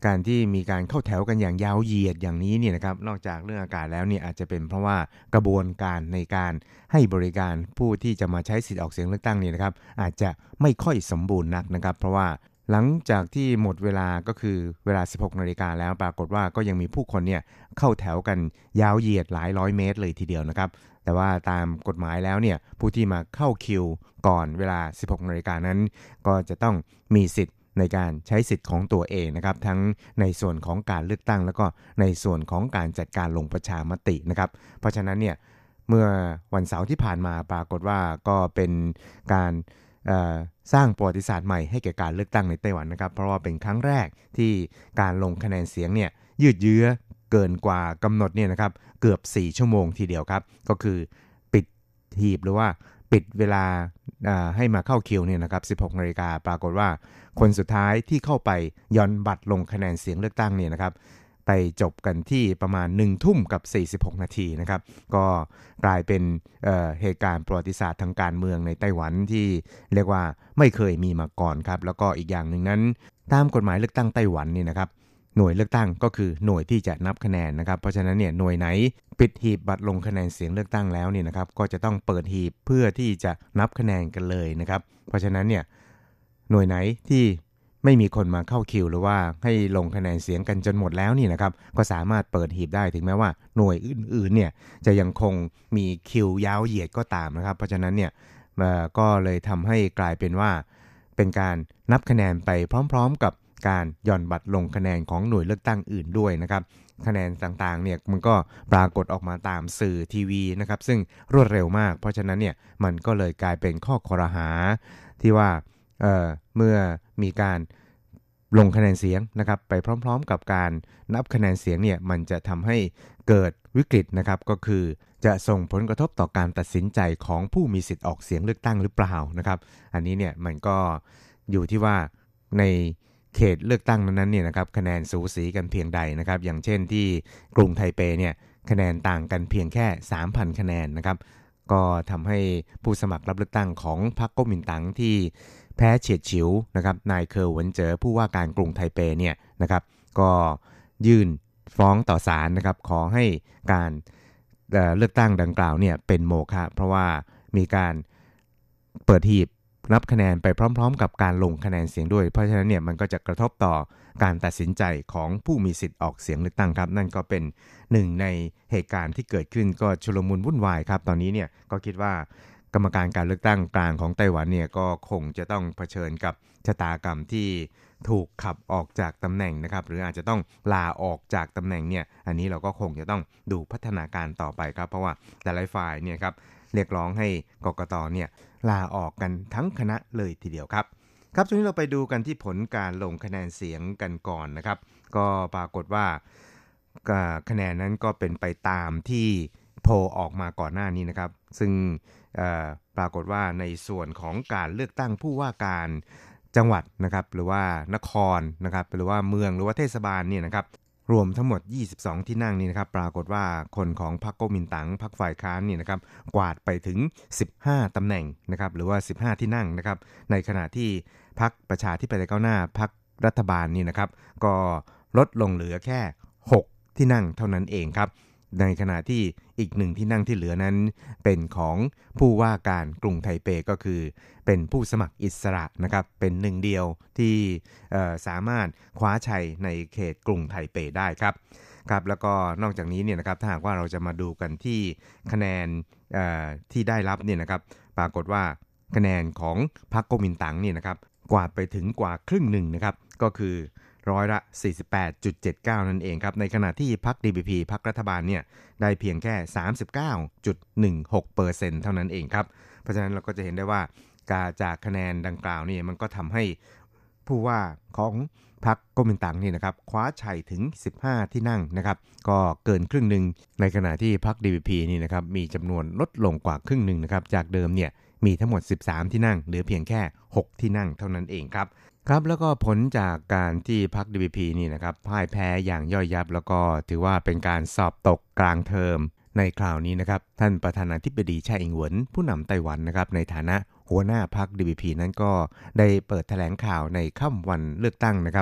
การที่มีการเข้าแถวกันอย่างยาวเหยียดอย่างนี้เนี่ยนะครับนอกจากเรื่องอากาศแล้วเนี่ยอาจจะเป็นเพราะว่ากระบวนการในการให้บริการผู้ที่จะมาใช้สิทธิออกเสียงเลือกตั้งเนี่ยนะครับอาจจะไม่ค่อยสมบูรณ์นักนะครับเพราะว่าหลังจากที่หมดเวลาก็คือเวลา สิบหกนาฬิกา นแล้วปรากฏว่าก็ยังมีผู้คนเนี่ยเข้าแถวกันยาวเหยียดหลายร้อยเมตรเลยทีเดียวนะครับแต่ว่าตามกฎหมายแล้วเนี่ยผู้ที่มาเข้าคิวก่อนเวลา สิบหกนาฬิกา นนั้นก็จะต้องมีสิทธิ์ในการใช้สิทธิ์ของตัวเองนะครับทั้งในส่วนของการเลือกตั้งแล้วก็ในส่วนของการจัดการลงประชามตินะครับเพราะฉะนั้นเนี่ยเมื่อวันเสาร์ที่ผ่านมาปรากฏว่าก็เป็นการสร้างประวัติศาสตร์ใหม่ให้แก่การเลือกตั้งในไต้หวันนะครับเพราะว่าเป็นครั้งแรกที่การลงคะแนนเสียงเนี่ยยืดเยื้อเกินกว่ากำหนดเนี่ยนะครับเกือบสี่ชั่วโมงทีเดียวครับก็คือปิดหีบหรือว่าปิดเวลาให้มาเข้าคิวเนี่ยนะครับ สิบหกนาฬิกา ปรากฏว่าคนสุดท้ายที่เข้าไปย่อนบัตรลงคะแนนเสียงเลือกตั้งเนี่ยนะครับไปจบกันที่ประมาณหนึ่งทุ่มกับสี่สิบหกนาทีนะครับก็กลายเป็น เอ่อ เหตุการณ์ประวัติศาสตร์ทางการเมืองในไต้หวันที่เรียกว่าไม่เคยมีมาก่อนครับแล้วก็อีกอย่างหนึ่งนั้นตามกฎหมายเลือกตั้งไต้หวันนี่นะครับหน่วยเลือกตั้งก็คือหน่วยที่จะนับคะแนนนะครับเพราะฉะนั้นเนี่ยหน่วยไหนปิดหีบบัตรลงคะแนนเสียงเลือกตั้งแล้วเนี่ยนะครับก็จะต้องเปิดหีบเพื่อที่จะนับคะแนนกันเลยนะครับเพราะฉะนั้นเนี่ยหน่วยไหนที่ไม่มีคนมาเข้าคิวหรือว่าให้ลงคะแนนเสียงกันจนหมดแล้วนี่นะครับก็สามารถเปิดหีบได้ถึงแม้ว่าหน่วยอื่นๆเนี่ยจะยังคงมีคิวยาวเหยียดก็ตามนะครับเพราะฉะนั้นเนี่ยก็เลยทำให้กลายเป็นว่าเป็นการนับคะแนนไปพร้อมๆกับการหย่อนบัตรลงคะแนนของหน่วยเลือกตั้งอื่นด้วยนะครับคะแนนต่างๆเนี่ยมันก็ปรากฏออกมาตามสื่อทีวีนะครับซึ่งรวดเร็วมากเพราะฉะนั้นเนี่ยมันก็เลยกลายเป็นข้อครหาที่ว่าเอ่อเมื่อมีการลงคะแนนเสียงนะครับไปพร้อมๆกับการนับคะแนนเสียงเนี่ยมันจะทำให้เกิดวิกฤตนะครับก็คือจะส่งผลกระทบต่อการตัดสินใจของผู้มีสิทธิ์ออกเสียงเลือกตั้งหรือเปล่านะครับอันนี้เนี่ยมันก็อยู่ที่ว่าในเขตเลือกตั้งนั้นๆเนี่ยนะครับคะแนนสูสีกันเพียงใดนะครับอย่างเช่นที่กรุงไทเปเนี่ยคะแนนต่างกันเพียงแค่ สามพัน คะแนนนะครับก็ทำให้ผู้สมัครรับเลือกตั้งของพรรคก๊กมินตั๋งที่แพ้เฉียดฉิวนะครับนายเคอร์หวนเจ๋อผู้ว่าการกรุงไทเปเนี่ยนะครับก็ยื่นฟ้องต่อศาลนะครับขอให้การเอ่อเลือกตั้งดังกล่าวเนี่ยเป็นโมฆะเพราะว่ามีการเปิดหีบนับคะแนนไปพร้อมๆกับการลงคะแนนเสียงด้วยเพราะฉะนั้นเนี่ยมันก็จะกระทบต่อการตัดสินใจของผู้มีสิทธิ์ออกเสียงเลือกตั้งครับนั่นก็เป็นหนึ่งในเหตุการณ์ที่เกิดขึ้นก็ชุลมุนวุ่นวายครับตอนนี้เนี่ยก็คิดว่ากรรมการการเลือกตั้งกลางของไต้หวันเนี่ยก็คงจะต้องเผชิญกับชะตากรรมที่ถูกขับออกจากตำแหน่งนะครับหรืออาจจะต้องลาออกจากตำแหน่งเนี่ยอันนี้เราก็คงจะต้องดูพัฒนาการต่อไปครับเพราะว่าแต่ละฝ่ายเนี่ยครับเรียกร้องให้กกตเนี่ยลาออกกันทั้งคณะเลยทีเดียวครับครับช่วงนี้เราไปดูกันที่ผลการลงคะแนนเสียงกันก่อนนะครับก็ปรากฏว่าคะแนนนั้นก็เป็นไปตามที่โพลออกมาก่อนหน้านี้นะครับซึ่งปรากฏว่าในส่วนของการเลือกตั้งผู้ว่าการจังหวัดนะครับหรือว่านครนะครับหรือว่าเมืองหรือว่าเทศบาลเนี่ยนะครับรวมทั้งหมดยี่สิบสองที่นั่งนี่นะครับปรากฏว่าคนของพรรคก๊กมินตั๋งพรรคฝ่ายค้านนี่นะครับกวาดไปถึงสิบห้าตำแหน่งนะครับหรือว่าสิบห้าที่นั่งนะครับในขณะที่พรรคประชาธิปไตยก้าวหน้าพรรครัฐบาลนี่นะครับก็ลดลงเหลือแค่หกที่นั่งเท่านั้นเองครับในขณะที่อีกหนึ่งที่นั่งที่เหลือนั้นเป็นของผู้ว่าการกรุงไทเปก็คือเป็นผู้สมัครอิสระนะครับเป็นหนึ่งเดียวที่สามารถคว้าชัยในเขตกรุงไทเปได้ครับครับแล้วก็นอกจากนี้เนี่ยนะครับถ้าหากว่าเราจะมาดูกันที่คะแนนที่ได้รับเนี่ยนะครับปรากฏว่าคะแนนของพรรคก๊กมินตั๋งเนี่ยนะครับกวาดไปถึงกว่าครึ่งหนึ่งนะครับก็คือร้อยละ สี่สิบแปดจุดเจ็ดเก้า นั่นเองครับในขณะที่พรรค ดี พี พี พรรครัฐบาลเนี่ยได้เพียงแค่ สามสิบเก้าจุดหนึ่งหกเปอร์เซ็นต์ เท่านั้นเองครับเพราะฉะนั้นเราก็จะเห็นได้ว่าการจากคะแนนดังกล่าวนี่มันก็ทำให้ผู้ว่าของพรรคก๊กมินตั๋งนี่นะครับคว้าชัยถึงสิบห้าที่นั่งนะครับก็เกินครึ่งนึงในขณะที่พรรค ดี พี พี นี่นะครับมีจำนวนลดลงกว่าครึ่งนึงนะครับจากเดิมเนี่ยมีทั้งหมดสิบสามที่นั่งเหลือเพียงแค่หกที่นั่งเท่านั้นเองครับครับแล้วก็ผลจากการที่พรรค ดี พี พี นี่นะครับพ่ายแพ้อย่างย่อยยับแล้วก็ถือว่าเป็นการสอบตกกลางเทอมในคราวนี้นะครับท่านประธานาธิบดีไช่อิงเหวินผู้นำไต้หวันนะครับในฐานะหัวหน้าพรรค ดี พี พี นั้นก็ได้เปิดแถลงข่าวในค่ำวันเลือกตั้งนะครับ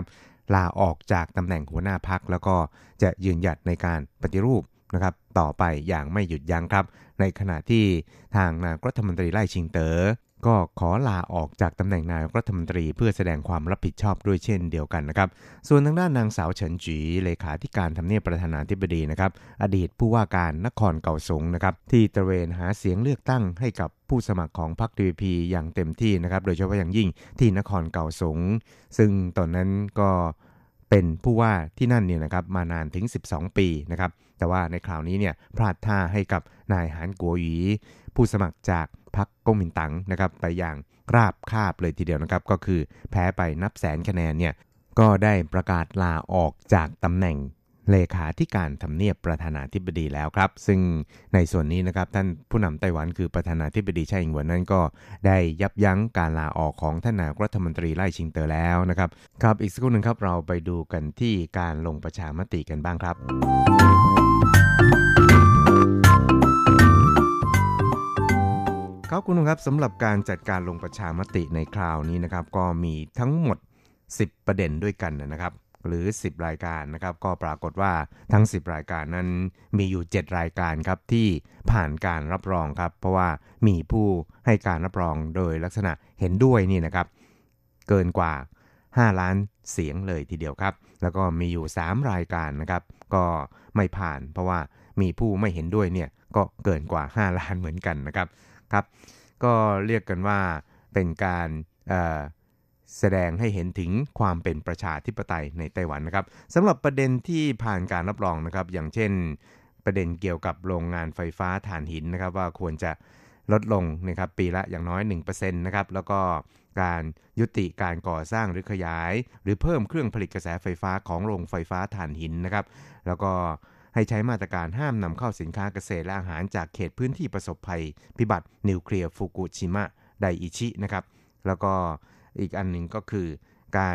ลาออกจากตำแหน่งหัวหน้าพรรคแล้วก็จะยืนหยัดในการปฏิรูปนะครับต่อไปอย่างไม่หยุดยั้งครับในขณะที่ทางนายกรัฐมนตรีไล่ชิงเต๋อก็ขอลาออกจากตำแหน่งนายกรัฐมนตรีเพื่อแสดงความรับผิดชอบด้วยเช่นเดียวกันนะครับส่วนทางด้านนางสาวเฉินจีเลขาธิการทำเนียบประธานาธิบดีนะครับอดีตผู้ว่าการนครเก่าสงนะครับที่ตระเวนหาเสียงเลือกตั้งให้กับผู้สมัครของพรรค ดี พี พี อย่างเต็มที่นะครับโดยเฉพาะอย่างยิ่งที่นครเก่าสงซึ่งตอนนั้นก็เป็นผู้ว่าที่นั่นเนี่ยนะครับมานานถึงสิบสองปีนะครับแต่ว่าในคราวนี้เนี่ยพลาดท่าให้กับนายหานกัวหยีผู้สมัครจากพรรคก๊กมินตั๋งนะครับไปอย่างราบคาบเลยทีเดียวนะครับก็คือแพ้ไปนับแสนคะแนนเนี่ยก็ได้ประกาศลาออกจากตำแหน่งเลขาธิการทำเนียบประธานาธิบดีแล้วครับซึ่งในส่วนนี้นะครับท่านผู้นำไต้หวันคือประธานาธิบดีไช่อิงเหวินนั้นก็ได้ยับยั้งการลาออกของท่านนายกรัฐมนตรีไล่ชิงเต๋อแล้วนะครับครับอีกสักครู่นึงครับเราไปดูกันที่การลงประชามติกันบ้างครับครับคุณผู้ชมครับสำหรับการจัดการลงประชามติในคราวนี้นะครับก็มีทั้งหมดสิบประเด็นด้วยกันนะครับหรือสิบรายการนะครับก็ปรากฏว่าทั้งสิบรายการนั้นมีอยู่เจ็ดรายการครับที่ผ่านการรับรองครับเพราะว่ามีผู้ให้การรับรองโดยลักษณะเห็นด้วยนี่นะครับเกินกว่าห้าล้านเสียงเลยทีเดียวครับแล้วก็มีอยู่สามรายการนะครับก็ไม่ผ่านเพราะว่ามีผู้ไม่เห็นด้วยเนี่ยก็เกินกว่าห้าล้านเหมือนกันนะครับครับก็เรียกกันว่าเป็นการเอ่อแสดงให้เห็นถึงความเป็นประชาธิปไตยในไต้หวันนะครับสำหรับประเด็นที่ผ่านการรับรองนะครับอย่างเช่นประเด็นเกี่ยวกับโรงงานไฟฟ้าถ่านหินนะครับว่าควรจะลดลงนะครับปีละอย่างน้อย หนึ่งเปอร์เซ็นต์ นะครับแล้วก็การยุติการก่อสร้างหรือขยายหรือเพิ่มเครื่องผลิตกระแสไฟฟ้าของโรงไฟฟ้าถ่านหินนะครับแล้วก็ให้ใช้มาตรการห้ามนำเข้าสินค้าเกษตรและอาหารจากเขตพื้นที่ประสบภัยพิบัตินิวเคลียร์ฟุกุชิมะไดอิชินะครับแล้วก็อีกอันหนึ่งก็คือการ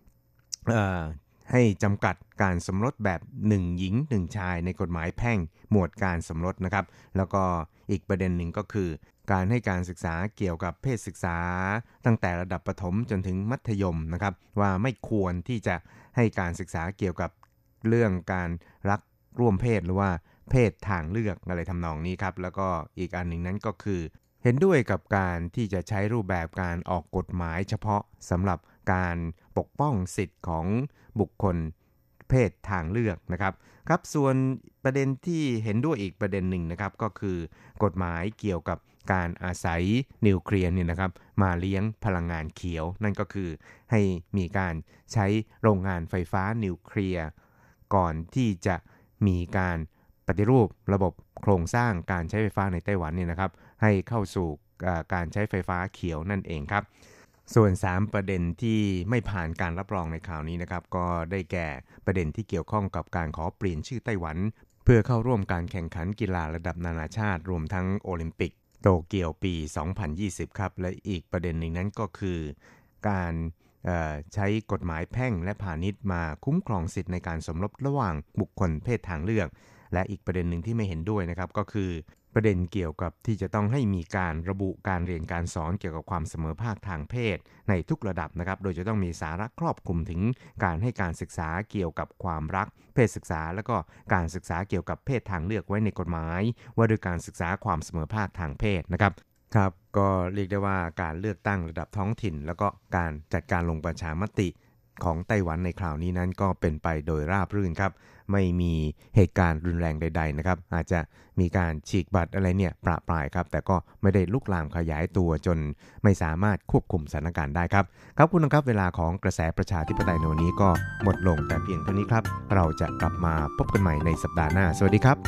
ให้จำกัดการสมรสแบบหนึ่งหญิงหนึ่งชายในกฎหมายแพ่งหมวดการสมรสนะครับแล้วก็อีกประเด็นหนึ่งก็คือการให้การศึกษาเกี่ยวกับเพศศึกษาตั้งแต่ระดับประถมจนถึงมัธยมนะครับว่าไม่ควรที่จะให้การศึกษาเกี่ยวกับเรื่องการรักร่วมเพศหรือว่าเพศทางเลือกอะไรทำนองนี้ครับแล้วก็อีกอันหนึ่งนั้นก็คือเห็นด้วยกับการที่จะใช้รูปแบบการออกกฎหมายเฉพาะสำหรับการปกป้องสิทธิ์ของบุคคลเพศทางเลือกนะครับครับส่วนประเด็นที่เห็นด้วยอีกประเด็นหนึ่งนะครับก็คือกฎหมายเกี่ยวกับการอาศัยนิวเคลียร์เนี่ยนะครับมาเลี้ยงพลังงานเขียวนั่นก็คือให้มีการใช้โรงงานไฟฟ้านิวเคลียร์ก่อนที่จะมีการปฏิรูประบบโครงสร้างการใช้ไฟฟ้าในไต้หวันเนี่ยนะครับให้เข้าสู่การใช้ไฟฟ้าเขียวนั่นเองครับส่วนสามประเด็นที่ไม่ผ่านการรับรองในข่าวนี้นะครับก็ได้แก่ประเด็นที่เกี่ยวข้องกับการขอเปลี่ยนชื่อไต้หวันเพื่อเข้าร่วมการแข่งขันกีฬาระดับนานาชาติรวมทั้งโอลิมปิกโตเกียวปีสองพันยี่สิบครับและอีกประเด็นหนึ่งนั้นก็คือการใช้กฎหมายแพ่งและพาณิชย์มาคุ้มครองสิทธิในการสมรสระหว่างบุคคลเพศทางเลือกและอีกประเด็นหนึ่งที่ไม่เห็นด้วยนะครับก็คือประเด็นเกี่ยวกับที่จะต้องให้มีการระบุการเรียนการสอนเกี่ยวกับความเสมอภาคทางเพศในทุกระดับนะครับโดยจะต้องมีสาระครอบคลุมถึงการให้การศึกษาเกี่ยวกับความรักเพศศึกษาแล้วก็การศึกษาเกี่ยวกับเพศทางเลือกไว้ในกฎหมายว่าด้วยการศึกษาความเสมอภาคทางเพศนะครับครับก็เรียกได้ว่าการเลือกตั้งระดับท้องถิ่นแล้วก็การจัดการลงประชามติของไต้หวันในคราวนี้นั้นก็เป็นไปโดยราบรื่นครับไม่มีเหตุการณ์รุนแรงใดๆนะครับอาจจะมีการฉีกบัตรอะไรเนี่ยประปรายครับแต่ก็ไม่ได้ลุกลามขยายตัวจนไม่สามารถควบคุมสถานการณ์ได้ครับครับคุณผู้ชมครับเวลาของกระแสประชาธิปไตยในวันนี้ก็หมดลงแต่เพียงเท่านี้ครับเราจะกลับมาพบกันใหม่ในสัปดาห์หน้าสวัสดีครับ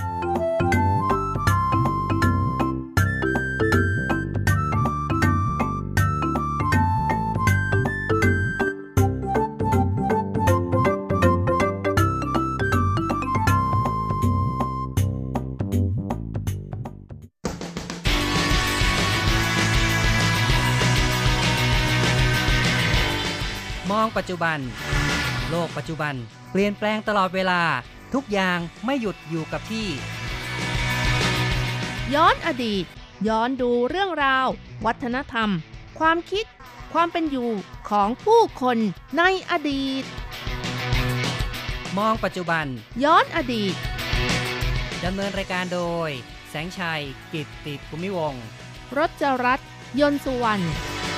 ปัจจุบันโลกปัจจุบันเปลี่ยนแปลงตลอดเวลาทุกอย่างไม่หยุดอยู่กับที่ย้อนอดีตย้อนดูเรื่องราววัฒนธรรมความคิดความเป็นอยู่ของผู้คนในอดีตมองปัจจุบันย้อนอดีตดำเนินรายการโดยแสงชัยกิตติภูมิวงศ์รจรัตน์ยนต์สุวรรณ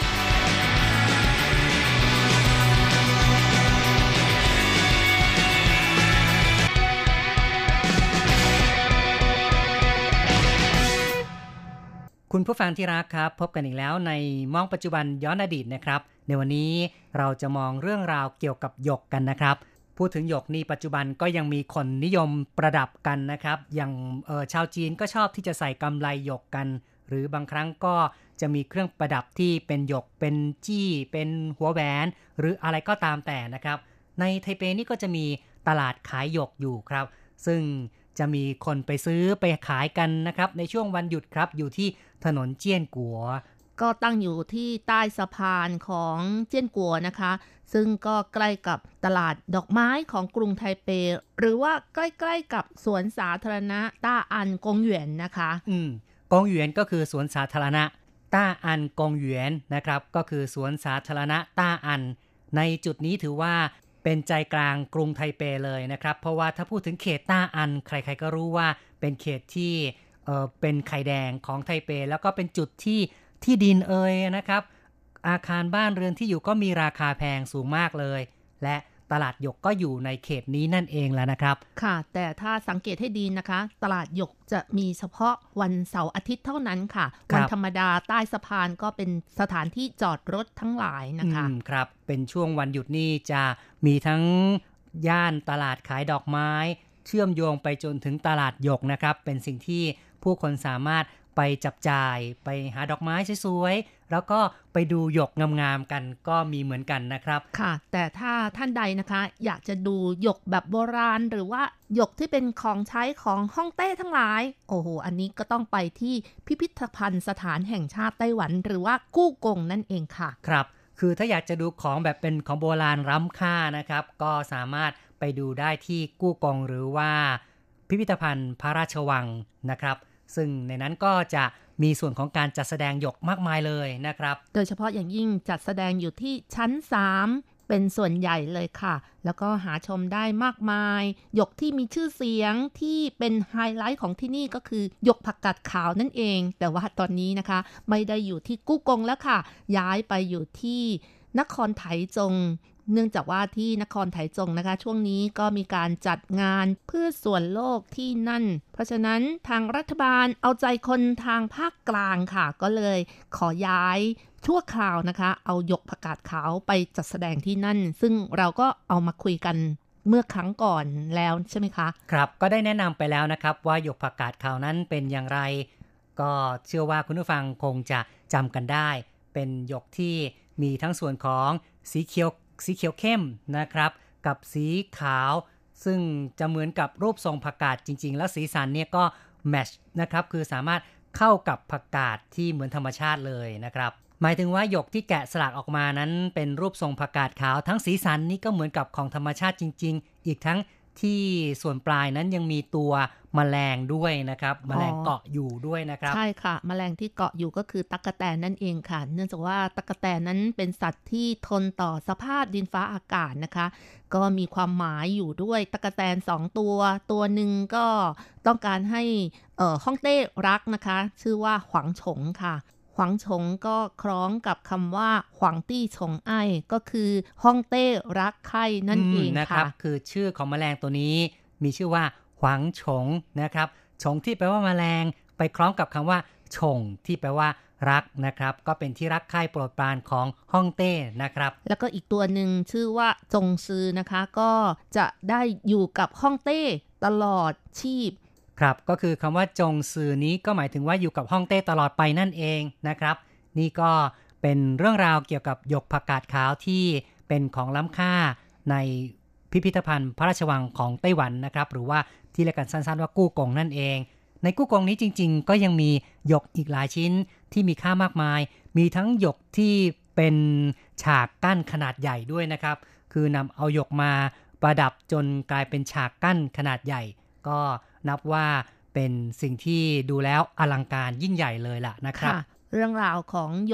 คุณผู้ฟังที่รักครับพบกันอีกแล้วในมองปัจจุบันย้อนอดีตนะครับในวันนี้เราจะมองเรื่องราวเกี่ยวกับหยกกันนะครับพูดถึงหยกนี่ปัจจุบันก็ยังมีคนนิยมประดับกันนะครับอย่างเอ่อชาวจีนก็ชอบที่จะใส่กำไลหยกกันหรือบางครั้งก็จะมีเครื่องประดับที่เป็นหยกเป็นจี้เป็นหัวแหวนหรืออะไรก็ตามแต่นะครับในไทเปนี่ก็จะมีตลาดขายหยกอยู่ครับซึ่งจะมีคนไปซื้อไปขายกันนะครับในช่วงวันหยุดครับอยู่ที่ถนนเจี้ยนกัวก็ตั้งอยู่ที่ใต้สะพานของเจี้ยนกัวนะคะซึ่งก็ใกล้กับตลาดดอกไม้ของกรุงไทเปหรือว่าใกล้ๆกับสวนสาธารณะต้าอันกงหยวนนะคะอืมกงหยวนก็คือสวนสาธารณะต้าอันกงหยวนนะครับก็คือสวนสาธารณะต้าอันในจุดนี้ถือว่าเป็นใจกลางกรุงไทเปเลยนะครับเพราะว่าถ้าพูดถึงเขตต้าอันใครๆก็รู้ว่าเป็นเขตที่เอ่อเป็นไข่แดงของไทเปแล้วก็เป็นจุดที่ที่ดินเอ่ยนะครับอาคารบ้านเรือนที่อยู่ก็มีราคาแพงสูงมากเลยและตลาดหยกก็อยู่ในเขตนี้นั่นเองแหละนะครับค่ะแต่ถ้าสังเกตให้ดีนะคะตลาดหยกจะมีเฉพาะวันเสาร์อาทิตย์เท่านั้นค่ะวันธรรมดาใต้สะพานก็เป็นสถานที่จอดรถทั้งหลายนะคะอืมครับเป็นช่วงวันหยุดนี่จะมีทั้งย่านตลาดขายดอกไม้เชื่อมโยงไปจนถึงตลาดหยกนะครับเป็นสิ่งที่ผู้คนสามารถไปจับจ่ายไปหาดอกไม้สวยๆแล้วก็ไปดูหยกงามๆกันก็มีเหมือนกันนะครับค่ะแต่ถ้าท่านใดนะคะอยากจะดูหยกแบบโบราณหรือว่าหยกที่เป็นของใช้ของฮ่องเต้ทั้งหลายโอ้โหอันนี้ก็ต้องไปที่พิพิธภัณฑ์สถานแห่งชาติไต้หวันหรือว่ากู้กงนั่นเองค่ะครับคือถ้าอยากจะดูของแบบเป็นของโบราณล้ำค่านะครับก็สามารถไปดูได้ที่กู้กงหรือว่าพิพิธภัณฑ์พระราชวังนะครับซึ่งในนั้นก็จะมีส่วนของการจัดแสดงหยกมากมายเลยนะครับโดยเฉพาะอย่างยิ่งจัดแสดงอยู่ที่ชั้นสามเป็นส่วนใหญ่เลยค่ะแล้วก็หาชมได้มากมายหยกที่มีชื่อเสียงที่เป็นไฮไลท์ของที่นี่ก็คือหยกผักกาดขาวนั่นเองแต่ว่าตอนนี้นะคะไม่ได้อยู่ที่กู้กงแล้วค่ะย้ายไปอยู่ที่นครไถจงเนื่องจากว่าที่นครไถจงนะคะช่วงนี้ก็มีการจัดงานเพื่อส่วนโลกที่นั่นเพราะฉะนั้นทางรัฐบาลเอาใจคนทางภาคกลางค่ะก็เลยขอย้ายชั่วคราวนะคะเอาหยกผักกาดขาวไปจัดแสดงที่นั่นซึ่งเราก็เอามาคุยกันเมื่อครั้งก่อนแล้วใช่ไหมคะครับก็ได้แนะนำไปแล้วนะครับว่าหยกผักกาดขาวนั้นเป็นอย่างไรก็เชื่อว่าคุณผู้ฟังคงจะจำกันได้เป็นหยกที่มีทั้งส่วนของสีเขียวสีเขียวเข้มนะครับกับสีขาวซึ่งจะเหมือนกับรูปทรงผักกาดจริงๆแล้วสีสันเนี่ยก็แมทช์นะครับคือสามารถเข้ากับผักกาดที่เหมือนธรรมชาติเลยนะครับหมายถึงว่าหยกที่แกะสลักออกมานั้นเป็นรูปทรงผักกาดขาวทั้งสีสันนี่ก็เหมือนกับของธรรมชาติจริงๆอีกทั้งที่ส่วนปลายนั้นยังมีตัวแมลงด้วยนะครับแมลงเกาะอยู่ด้วยนะครับใช่ค่ะแมลงที่เกาะอยู่ก็คือตั๊กแตนนั่นเองค่ะเนื่องจากว่าตั๊กแตนนั้นเป็นสัตว์ที่ทนต่อสภาพดินฟ้าอากาศนะคะก็มีความหมายอยู่ด้วยตั๊กแตนสองตัวตัวหนึ่งก็ต้องการให้เอ่อฮ่องเต้รักนะคะชื่อว่าหวังฉงค่ะหวังฉงก็คล้องกับคำว่าหวังตี้ฉงไอ้ก็คือฮ่องเต้รักใคร่นั่นเองค่ะนะครับคือชื่อของแมลงตัวนี้มีชื่อว่าหวังฉงนะครับฉงที่แปลว่าแมลงไปคล้องกับคำว่าฉงที่แปลว่ารักนะครับก็เป็นที่รักใคร่โปรดปรานของฮ่องเต้นะครับแล้วก็อีกตัวหนึ่งชื่อว่าจงซือนะคะก็จะได้อยู่กับฮ่องเต้ตลอดชีพครับก็คือคำว่าจงซือนี้ก็หมายถึงว่าอยู่กับฮ่องเต้ตลอดไปนั่นเองนะครับนี่ก็เป็นเรื่องราวเกี่ยวกับหยกผักกาดขาวที่เป็นของล้ำค่าในพิพิธภัณฑ์พระราชวังของไต้หวันนะครับหรือว่าที่เรียกกันสั้นๆว่ากู้กงนั่นเองในกู้กงนี้จริงๆก็ยังมีหยกอีกหลายชิ้นที่มีค่ามากมายมีทั้งหยกที่เป็นฉากกั้นขนาดใหญ่ด้วยนะครับคือนำเอาหยกมาประดับจนกลายเป็นฉากกั้นขนาดใหญ่ก็นับว่าเป็นสิ่งที่ดูแล้วอลังการยิ่งใหญ่เลยล่ะนะครับเรื่องราวของหยก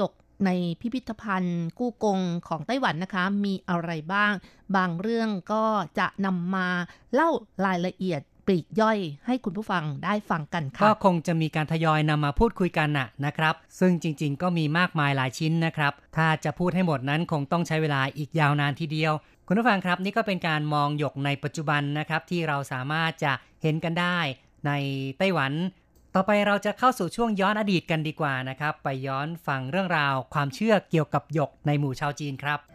ในพิพิธภัณฑ์กู้กงของไต้หวันนะคะมีอะไรบ้างบางเรื่องก็จะนำมาเล่ารายละเอียดปลีกย่อยให้คุณผู้ฟังได้ฟังกันค่ะก็คงจะมีการทยอยนำมาพูดคุยกันน่ะนะครับซึ่งจริงๆก็มีมากมายหลายชิ้นนะครับถ้าจะพูดให้หมดนั้นคงต้องใช้เวลาอีกยาวนานทีเดียวคุณผู้ฟังครับนี่ก็เป็นการมองหยกในปัจจุบันนะครับที่เราสามารถจะเห็นกันได้ในไต้หวันต่อไปเราจะเข้าสู่ช่วงย้อนอดีตกันดีกว่านะครับไปย้อนฟังเรื่องราวความเชื่อเกี่ยวกับหยกในหมู่ชาวจีนครับ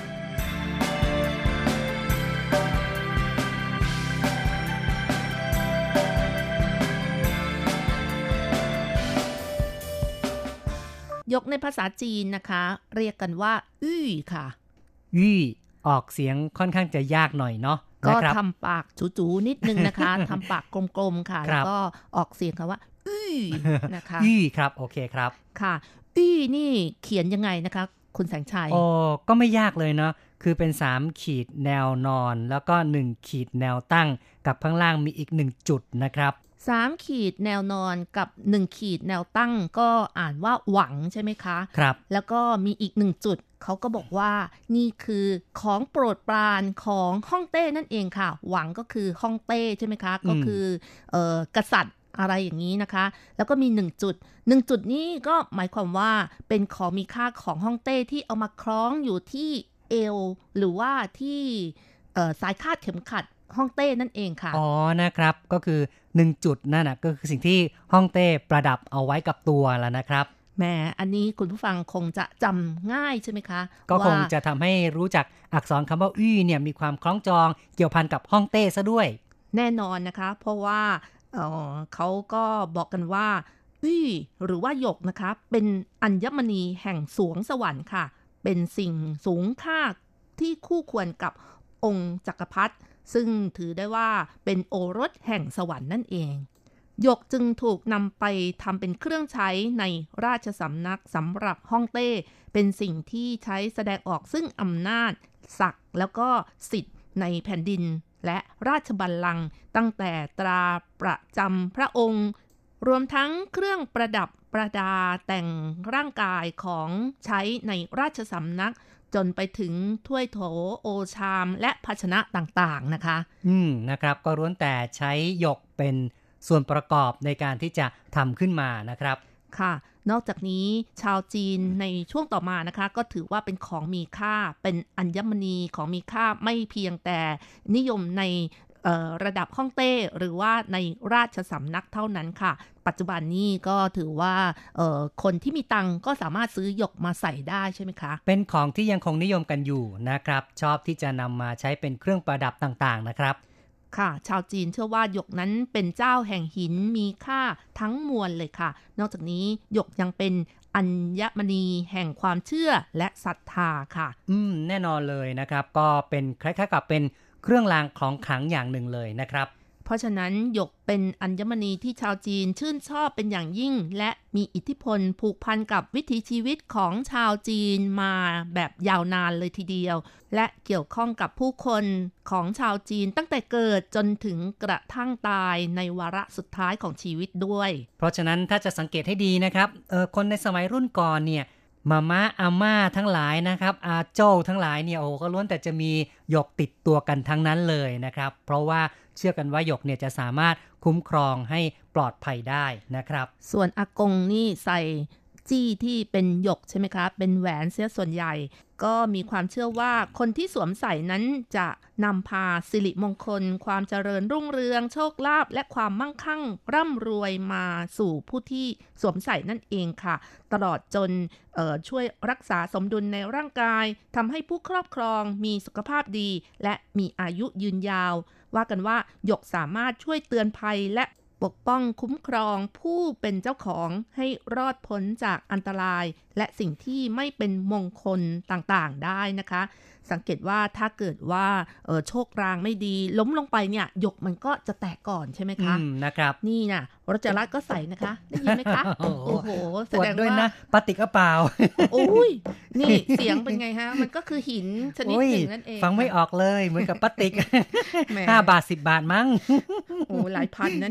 หยกในภาษาจีนนะคะเรียกกันว่าอื้อค่ะอื้อออกเสียงค่อนข้างจะยากหน่อยเนาะก็ทำปากจู๋ๆนิดนึงนะคะ ทำปากกลมๆค่ะแล้วก็ออกเสียงคำว่าอื้อนะคะอื้อครับโอเคครับค่ะอื้อนี่เขียนยังไงนะคะคุณแสงชัยโอ้ก็ไม่ยากเลยเนาะคือเป็นสามขีดแนวนอนแล้วก็หนึ่งขีดแนวตั้งกับข้างล่างมีอีกหนึ่งจุดนะครับสามขีดแนวนอนกับหนึ่งขีดแนวตั้งก็อ่านว่าหวังใช่ไหมคะครับแล้วก็มีอีกหนึ่งจุดเขาก็บอกว่านี่คือของโปรดปรานของฮ่องเต้นั่นเองค่ะหวังก็คือฮ่องเต้ใช่ไหมคะก็คือเอ่อกษัตริย์อะไรอย่างนี้นะคะแล้วก็มีหนึ่งจุดหนึ่งจุดนี้ก็หมายความว่าเป็นของมีค่าของฮ่องเต้ที่เอามาคล้องอยู่ที่เอวหรือว่าที่เอ่อสายคาดเข็มขัดฮ่องเต้นั่นเองค่ะอ๋อนะครับก็คือหนึ่งจุดนั่นน่ะก็คือสิ่งที่ฮ่องเต้ประดับเอาไว้กับตัวแล้วนะครับแหมอันนี้คุณผู้ฟังคงจะจำง่ายใช่ไหมคะก็คงจะทำให้รู้จักอักษรคำว่าอื้อเนี่ยมีความคล้องจองเกี่ยวพันกับฮ่องเต้ซะด้วยแน่นอนนะคะเพราะว่า เอ่อ เขาก็บอกกันว่าอื้อหรือว่าหยกนะคะเป็นอัญมณีแห่งสวงสวรรค์ค่ะเป็นสิ่งสูงค่าที่คู่ควรกับองค์จักรพรรดิซึ่งถือได้ว่าเป็นโอรสแห่งสวรรค์นั่นเองหยกจึงถูกนำไปทำเป็นเครื่องใช้ในราชสำนักสำหรับฮ่องเต้เป็นสิ่งที่ใช้แสดงออกซึ่งอำนาจศักดิ์แล้วก็สิทธิ์ในแผ่นดินและราชบัลลังก์ตั้งแต่ตราประจำพระองค์รวมทั้งเครื่องประดับประดาแต่งร่างกายของใช้ในราชสำนักจนไปถึงถ้วยโถโอชามและภาชนะต่างๆนะคะอืมนะครับก็ล้วนแต่ใช้หยกเป็นส่วนประกอบในการที่จะทำขึ้นมานะครับค่ะนอกจากนี้ชาวจีนในช่วงต่อมานะคะก็ถือว่าเป็นของมีค่าเป็นอัญมณีของมีค่าไม่เพียงแต่นิยมในระดับฮ่องเต้หรือว่าในราชสำนักเท่านั้นค่ะปัจจุบันนี้ก็ถือว่าคนที่มีตังก็สามารถซื้อหยกมาใส่ได้ใช่ไหมคะเป็นของที่ยังคงนิยมกันอยู่นะครับชอบที่จะนำมาใช้เป็นเครื่องประดับต่างๆนะครับค่ะชาวจีนเชื่อว่าหยกนั้นเป็นเจ้าแห่งหินมีค่าทั้งมวลเลยค่ะนอกจากนี้หยกยังเป็นอัญมณีแห่งความเชื่อและศรัทธาค่ะอืมแน่นอนเลยนะครับก็เป็นคล้ายๆกับเป็นเครื่องรางของขลังอย่างหนึ่งเลยนะครับเพราะฉะนั้นหยกเป็นอัญมณีที่ชาวจีนชื่นชอบเป็นอย่างยิ่งและมีอิทธิพลผูกพันกับวิถีชีวิตของชาวจีนมาแบบยาวนานเลยทีเดียวและเกี่ยวข้องกับผู้คนของชาวจีนตั้งแต่เกิดจนถึงกระทั่งตายในวาระสุดท้ายของชีวิตด้วยเพราะฉะนั้นถ้าจะสังเกตให้ดีนะครับเออคนในสมัยรุ่นก่อนเนี่ยมาม่าอาม่าทั้งหลายนะครับอาโจ้ทั้งหลายเนี่ยโอ้ก็ล้วนแต่จะมีหยกติดตัวกันทั้งนั้นเลยนะครับเพราะว่าเชื่อกันว่าหยกเนี่ยจะสามารถคุ้มครองให้ปลอดภัยได้นะครับส่วนอากงนี่ใส่จี้ที่เป็นหยกใช่ไหมคะเป็นแหวนเสียส่วนใหญ่ก็มีความเชื่อว่าคนที่สวมใส่นั้นจะนำพาสิริมงคลความเจริญรุ่งเรืองโชคลาภและความมั่งคั่งร่ำรวยมาสู่ผู้ที่สวมใส่นั่นเองค่ะตลอดจนเอ่อช่วยรักษาสมดุลในร่างกายทำให้ผู้ครอบครองมีสุขภาพดีและมีอายุยืนยาวว่ากันว่าหยกสามารถช่วยเตือนภัยและปกป้องคุ้มครองผู้เป็นเจ้าของให้รอดพ้นจากอันตรายและสิ่งที่ไม่เป็นมงคลต่างๆได้นะคะสังเกตว่าถ้าเกิดว่าเอ่อโชครางไม่ดีล้มลงไปเนี่ยหยกมันก็จะแตกก่อนใช่ไหมคะอืมนะครับนี่นะรัชรัตน์ก็ใส่นะคะได้ยินไหมคะโอ้โหแสดงด้วยนะปฏิกระเป๋าโอ้ยนี่เสียงเป็นไงฮะมันก็คือหินชนิดหนึ่งนั่นเองฟังไม่ออกเลยเหมือนกับปฏิกห้าบาทสิบบาทมั้งโอ้หลายพันนะเนี่ยโอ้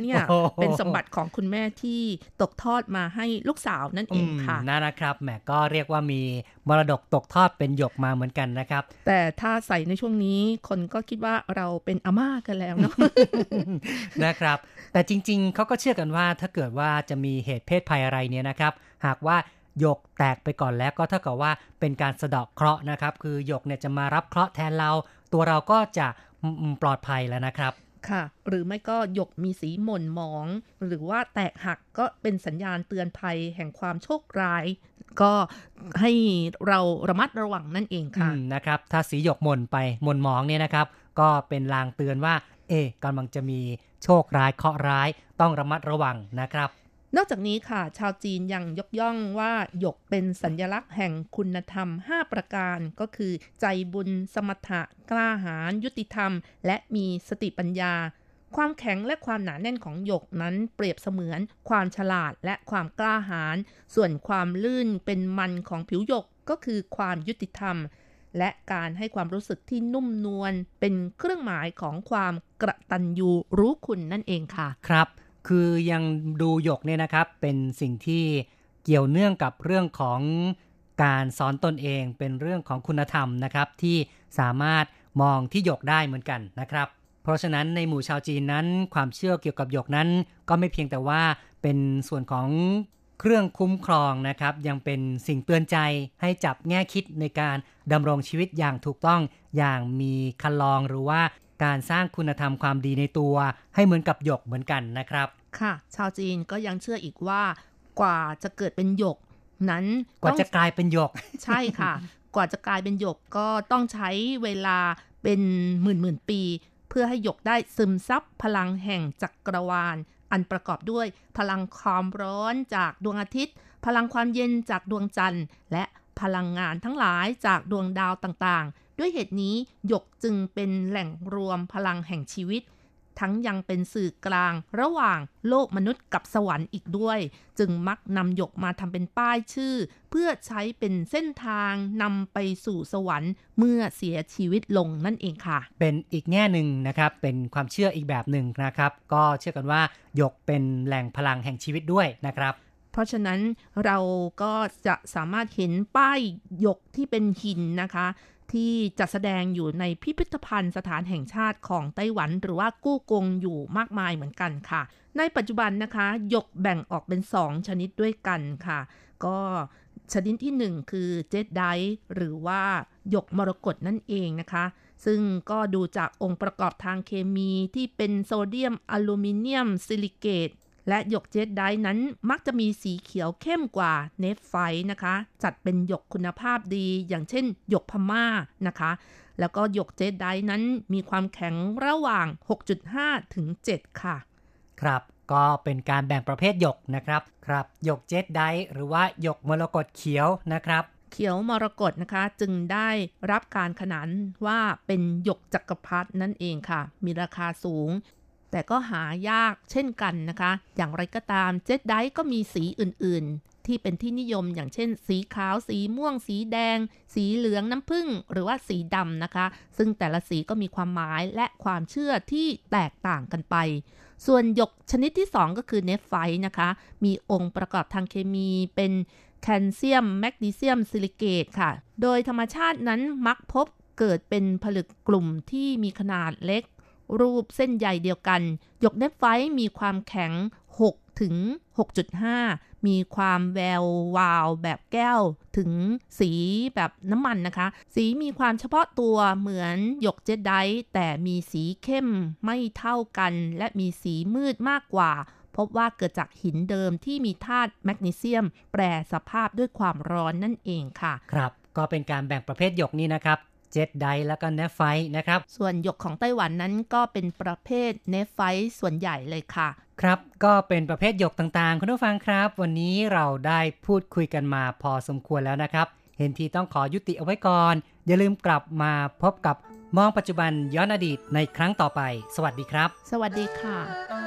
เป็นสมบัติของคุณแม่ที่ตกทอดมาให้ลูกสาวนั่นเองค่ะนั่นนะครับแหมก็เรียกว่ามีมรดกตกทอดเป็นหยกมาเหมือนกันนะครับแต่ถ้าใส่ในช่วงนี้คนก็คิดว่าเราเป็นอาม่ากันแล้วเนาะนะครับแต่จริงๆเขาก็เชื่อกันว่าถ้าเกิดว่าจะมีเหตุเพศภัยอะไรเนี่ยนะครับหากว่าหยกแตกไปก่อนแล้วก็เท่ากับว่าเป็นการสะเดาะเคราะห์นะครับคือหยกเนี่ยจะมารับเคราะห์แทนเราตัวเราก็จะปลอดภัยแล้วนะครับค่ะหรือไม่ก็หยกมีสีหม่นหมองหรือว่าแตกหักก็เป็นสัญญาณเตือนภัยแห่งความโชคร้ายก็ให้เราระมัดระวังนั่นเองค่ะนะครับถ้าสีหยกหม่นไปหม่นหมองเนี่ยนะครับก็เป็นลางเตือนว่าเอ๊ะกำลังจะมีโชคร้ายเคราะห์ร้ายต้องระมัดระวังนะครับนอกจากนี้ค่ะชาวจีนยังยกย่องว่าหยกเป็นสัญลักษณ์แห่งคุณธรรมห้าประการก็คือใจบุญสมถะกล้าหาญยุติธรรมและมีสติปัญญาความแข็งและความหนาแน่นของหยกนั้นเปรียบเสมือนความฉลาดและความกล้าหาญส่วนความลื่นเป็นมันของผิวหยกก็คือความยุติธรรมและการให้ความรู้สึกที่นุ่มนวลเป็นเครื่องหมายของความกตัญญูรู้คุณนั่นเองค่ะครับคือยังดูหยกเนี่ยนะครับเป็นสิ่งที่เกี่ยวเนื่องกับเรื่องของการสอนตนเองเป็นเรื่องของคุณธรรมนะครับที่สามารถมองที่หยกได้เหมือนกันนะครับเพราะฉะนั้นในหมู่ชาวจีนนั้นความเชื่อเกี่ยวกับหยกนั้นก็ไม่เพียงแต่ว่าเป็นส่วนของเครื่องคุ้มครองนะครับยังเป็นสิ่งเตือนใจให้จับแง่คิดในการดำรงชีวิตอย่างถูกต้องอย่างมีคันลองหรือว่าการสร้างคุณธรรมความดีในตัวให้เหมือนกับหยกเหมือนกันนะครับค่ะชาวจีนก็ยังเชื่ออีกว่ากว่าจะเกิดเป็นหยกนั้นกว่าจะกลายเป็นหยกใช่ค่ะกว่าจะกลายเป็นหยกก็ต้องใช้เวลาเป็นหมื่นหมื่นปีเพื่อให้หยกได้ซึมซับพลังแห่งจักรวาลอันประกอบด้วยพลังความร้อนจากดวงอาทิตย์พลังความเย็นจากดวงจันทร์และพลังงานทั้งหลายจากดวงดาวต่างๆด้วยเหตุนี้หยกจึงเป็นแหล่งรวมพลังแห่งชีวิตทั้งยังเป็นสื่อกลางระหว่างโลกมนุษย์กับสวรรค์อีกด้วยจึงมักนำหยกมาทำเป็นป้ายชื่อเพื่อใช้เป็นเส้นทางนำไปสู่สวรรค์เมื่อเสียชีวิตลงนั่นเองค่ะเป็นอีกแง่หนึ่งนะครับเป็นความเชื่ออีกแบบหนึ่งนะครับก็เชื่อกันว่าหยกเป็นแหล่งพลังแห่งชีวิตด้วยนะครับเพราะฉะนั้นเราก็จะสามารถเห็นป้ายหยกที่เป็นหินนะคะที่จัดแสดงอยู่ในพิพิธภัณฑ์สถานแห่งชาติของไต้หวันหรือว่ากู้กงอยู่มากมายเหมือนกันค่ะในปัจจุบันนะคะหยกแบ่งออกเป็นสองชนิดด้วยกันค่ะก็ชนิดที่หนึ่งคือเจดไดท์หรือว่าหยกมรกตนั่นเองนะคะซึ่งก็ดูจากองค์ประกอบทางเคมีที่เป็นโซเดียมอลูมิเนียมซิลิเกตและหยกเจดไดท์นั้นมักจะมีสีเขียวเข้มกว่าเนฟไฟท์นะคะจัดเป็นหยกคุณภาพดีอย่างเช่นหยกพม่านะคะแล้วก็หยกเจดไดท์นั้นมีความแข็งระหว่าง หกจุดห้า ถึง เจ็ด ค่ะครับก็เป็นการแบ่งประเภทหยกนะครับครับหยกเจดไดท์หรือว่าหยกมรกตเขียวนะครับเขียวมรกตนะคะจึงได้รับการขนานว่าเป็นหยกจักรพรรดินั่นเองค่ะมีราคาสูงแต่ก็หายากเช่นกันนะคะอย่างไรก็ตามเจดไดท์ก็มีสีอื่นๆที่เป็นที่นิยมอย่างเช่นสีขาวสีม่วงสีแดงสีเหลืองน้ำผึ้งหรือว่าสีดำนะคะซึ่งแต่ละสีก็มีความหมายและความเชื่อที่แตกต่างกันไปส่วนหยกชนิดที่สองก็คือเนฟไฟท์นะคะมีองค์ประกอบทางเคมีเป็นแคลเซียมแมกนีเซียมซิลิเกตค่ะโดยธรรมชาตินั้นมักพบเกิดเป็นผลึกกลุ่มที่มีขนาดเล็กรูปเส้นใยเดียวกันหยกเนฟไฟท์มีความแข็งหกถึง หกจุดห้า มีความแวววาวแบบแก้วถึงสีแบบน้ำมันนะคะสีมีความเฉพาะตัวเหมือนหยกเจดไดท์แต่มีสีเข้มไม่เท่ากันและมีสีมืดมากกว่าพบว่าเกิดจากหินเดิมที่มีธาตุแมกนีเซียมแปรสภาพด้วยความร้อนนั่นเองค่ะครับก็เป็นการแบ่งประเภทหยกนี้นะครับเจดไดท์แล้วก็เนฟไฟท์นะครับส่วนหยกของไต้หวันนั้นก็เป็นประเภทเนฟไฟท์ส่วนใหญ่เลยค่ะครับก็เป็นประเภทหยกต่างๆคุณผู้ฟังครับวันนี้เราได้พูดคุยกันมาพอสมควรแล้วนะครับเห็นทีต้องขอยุติเอาไว้ก่อนอย่าลืมกลับมาพบกับมองปัจจุบันย้อนอดีตในครั้งต่อไปสวัสดีครับสวัสดีค่ะ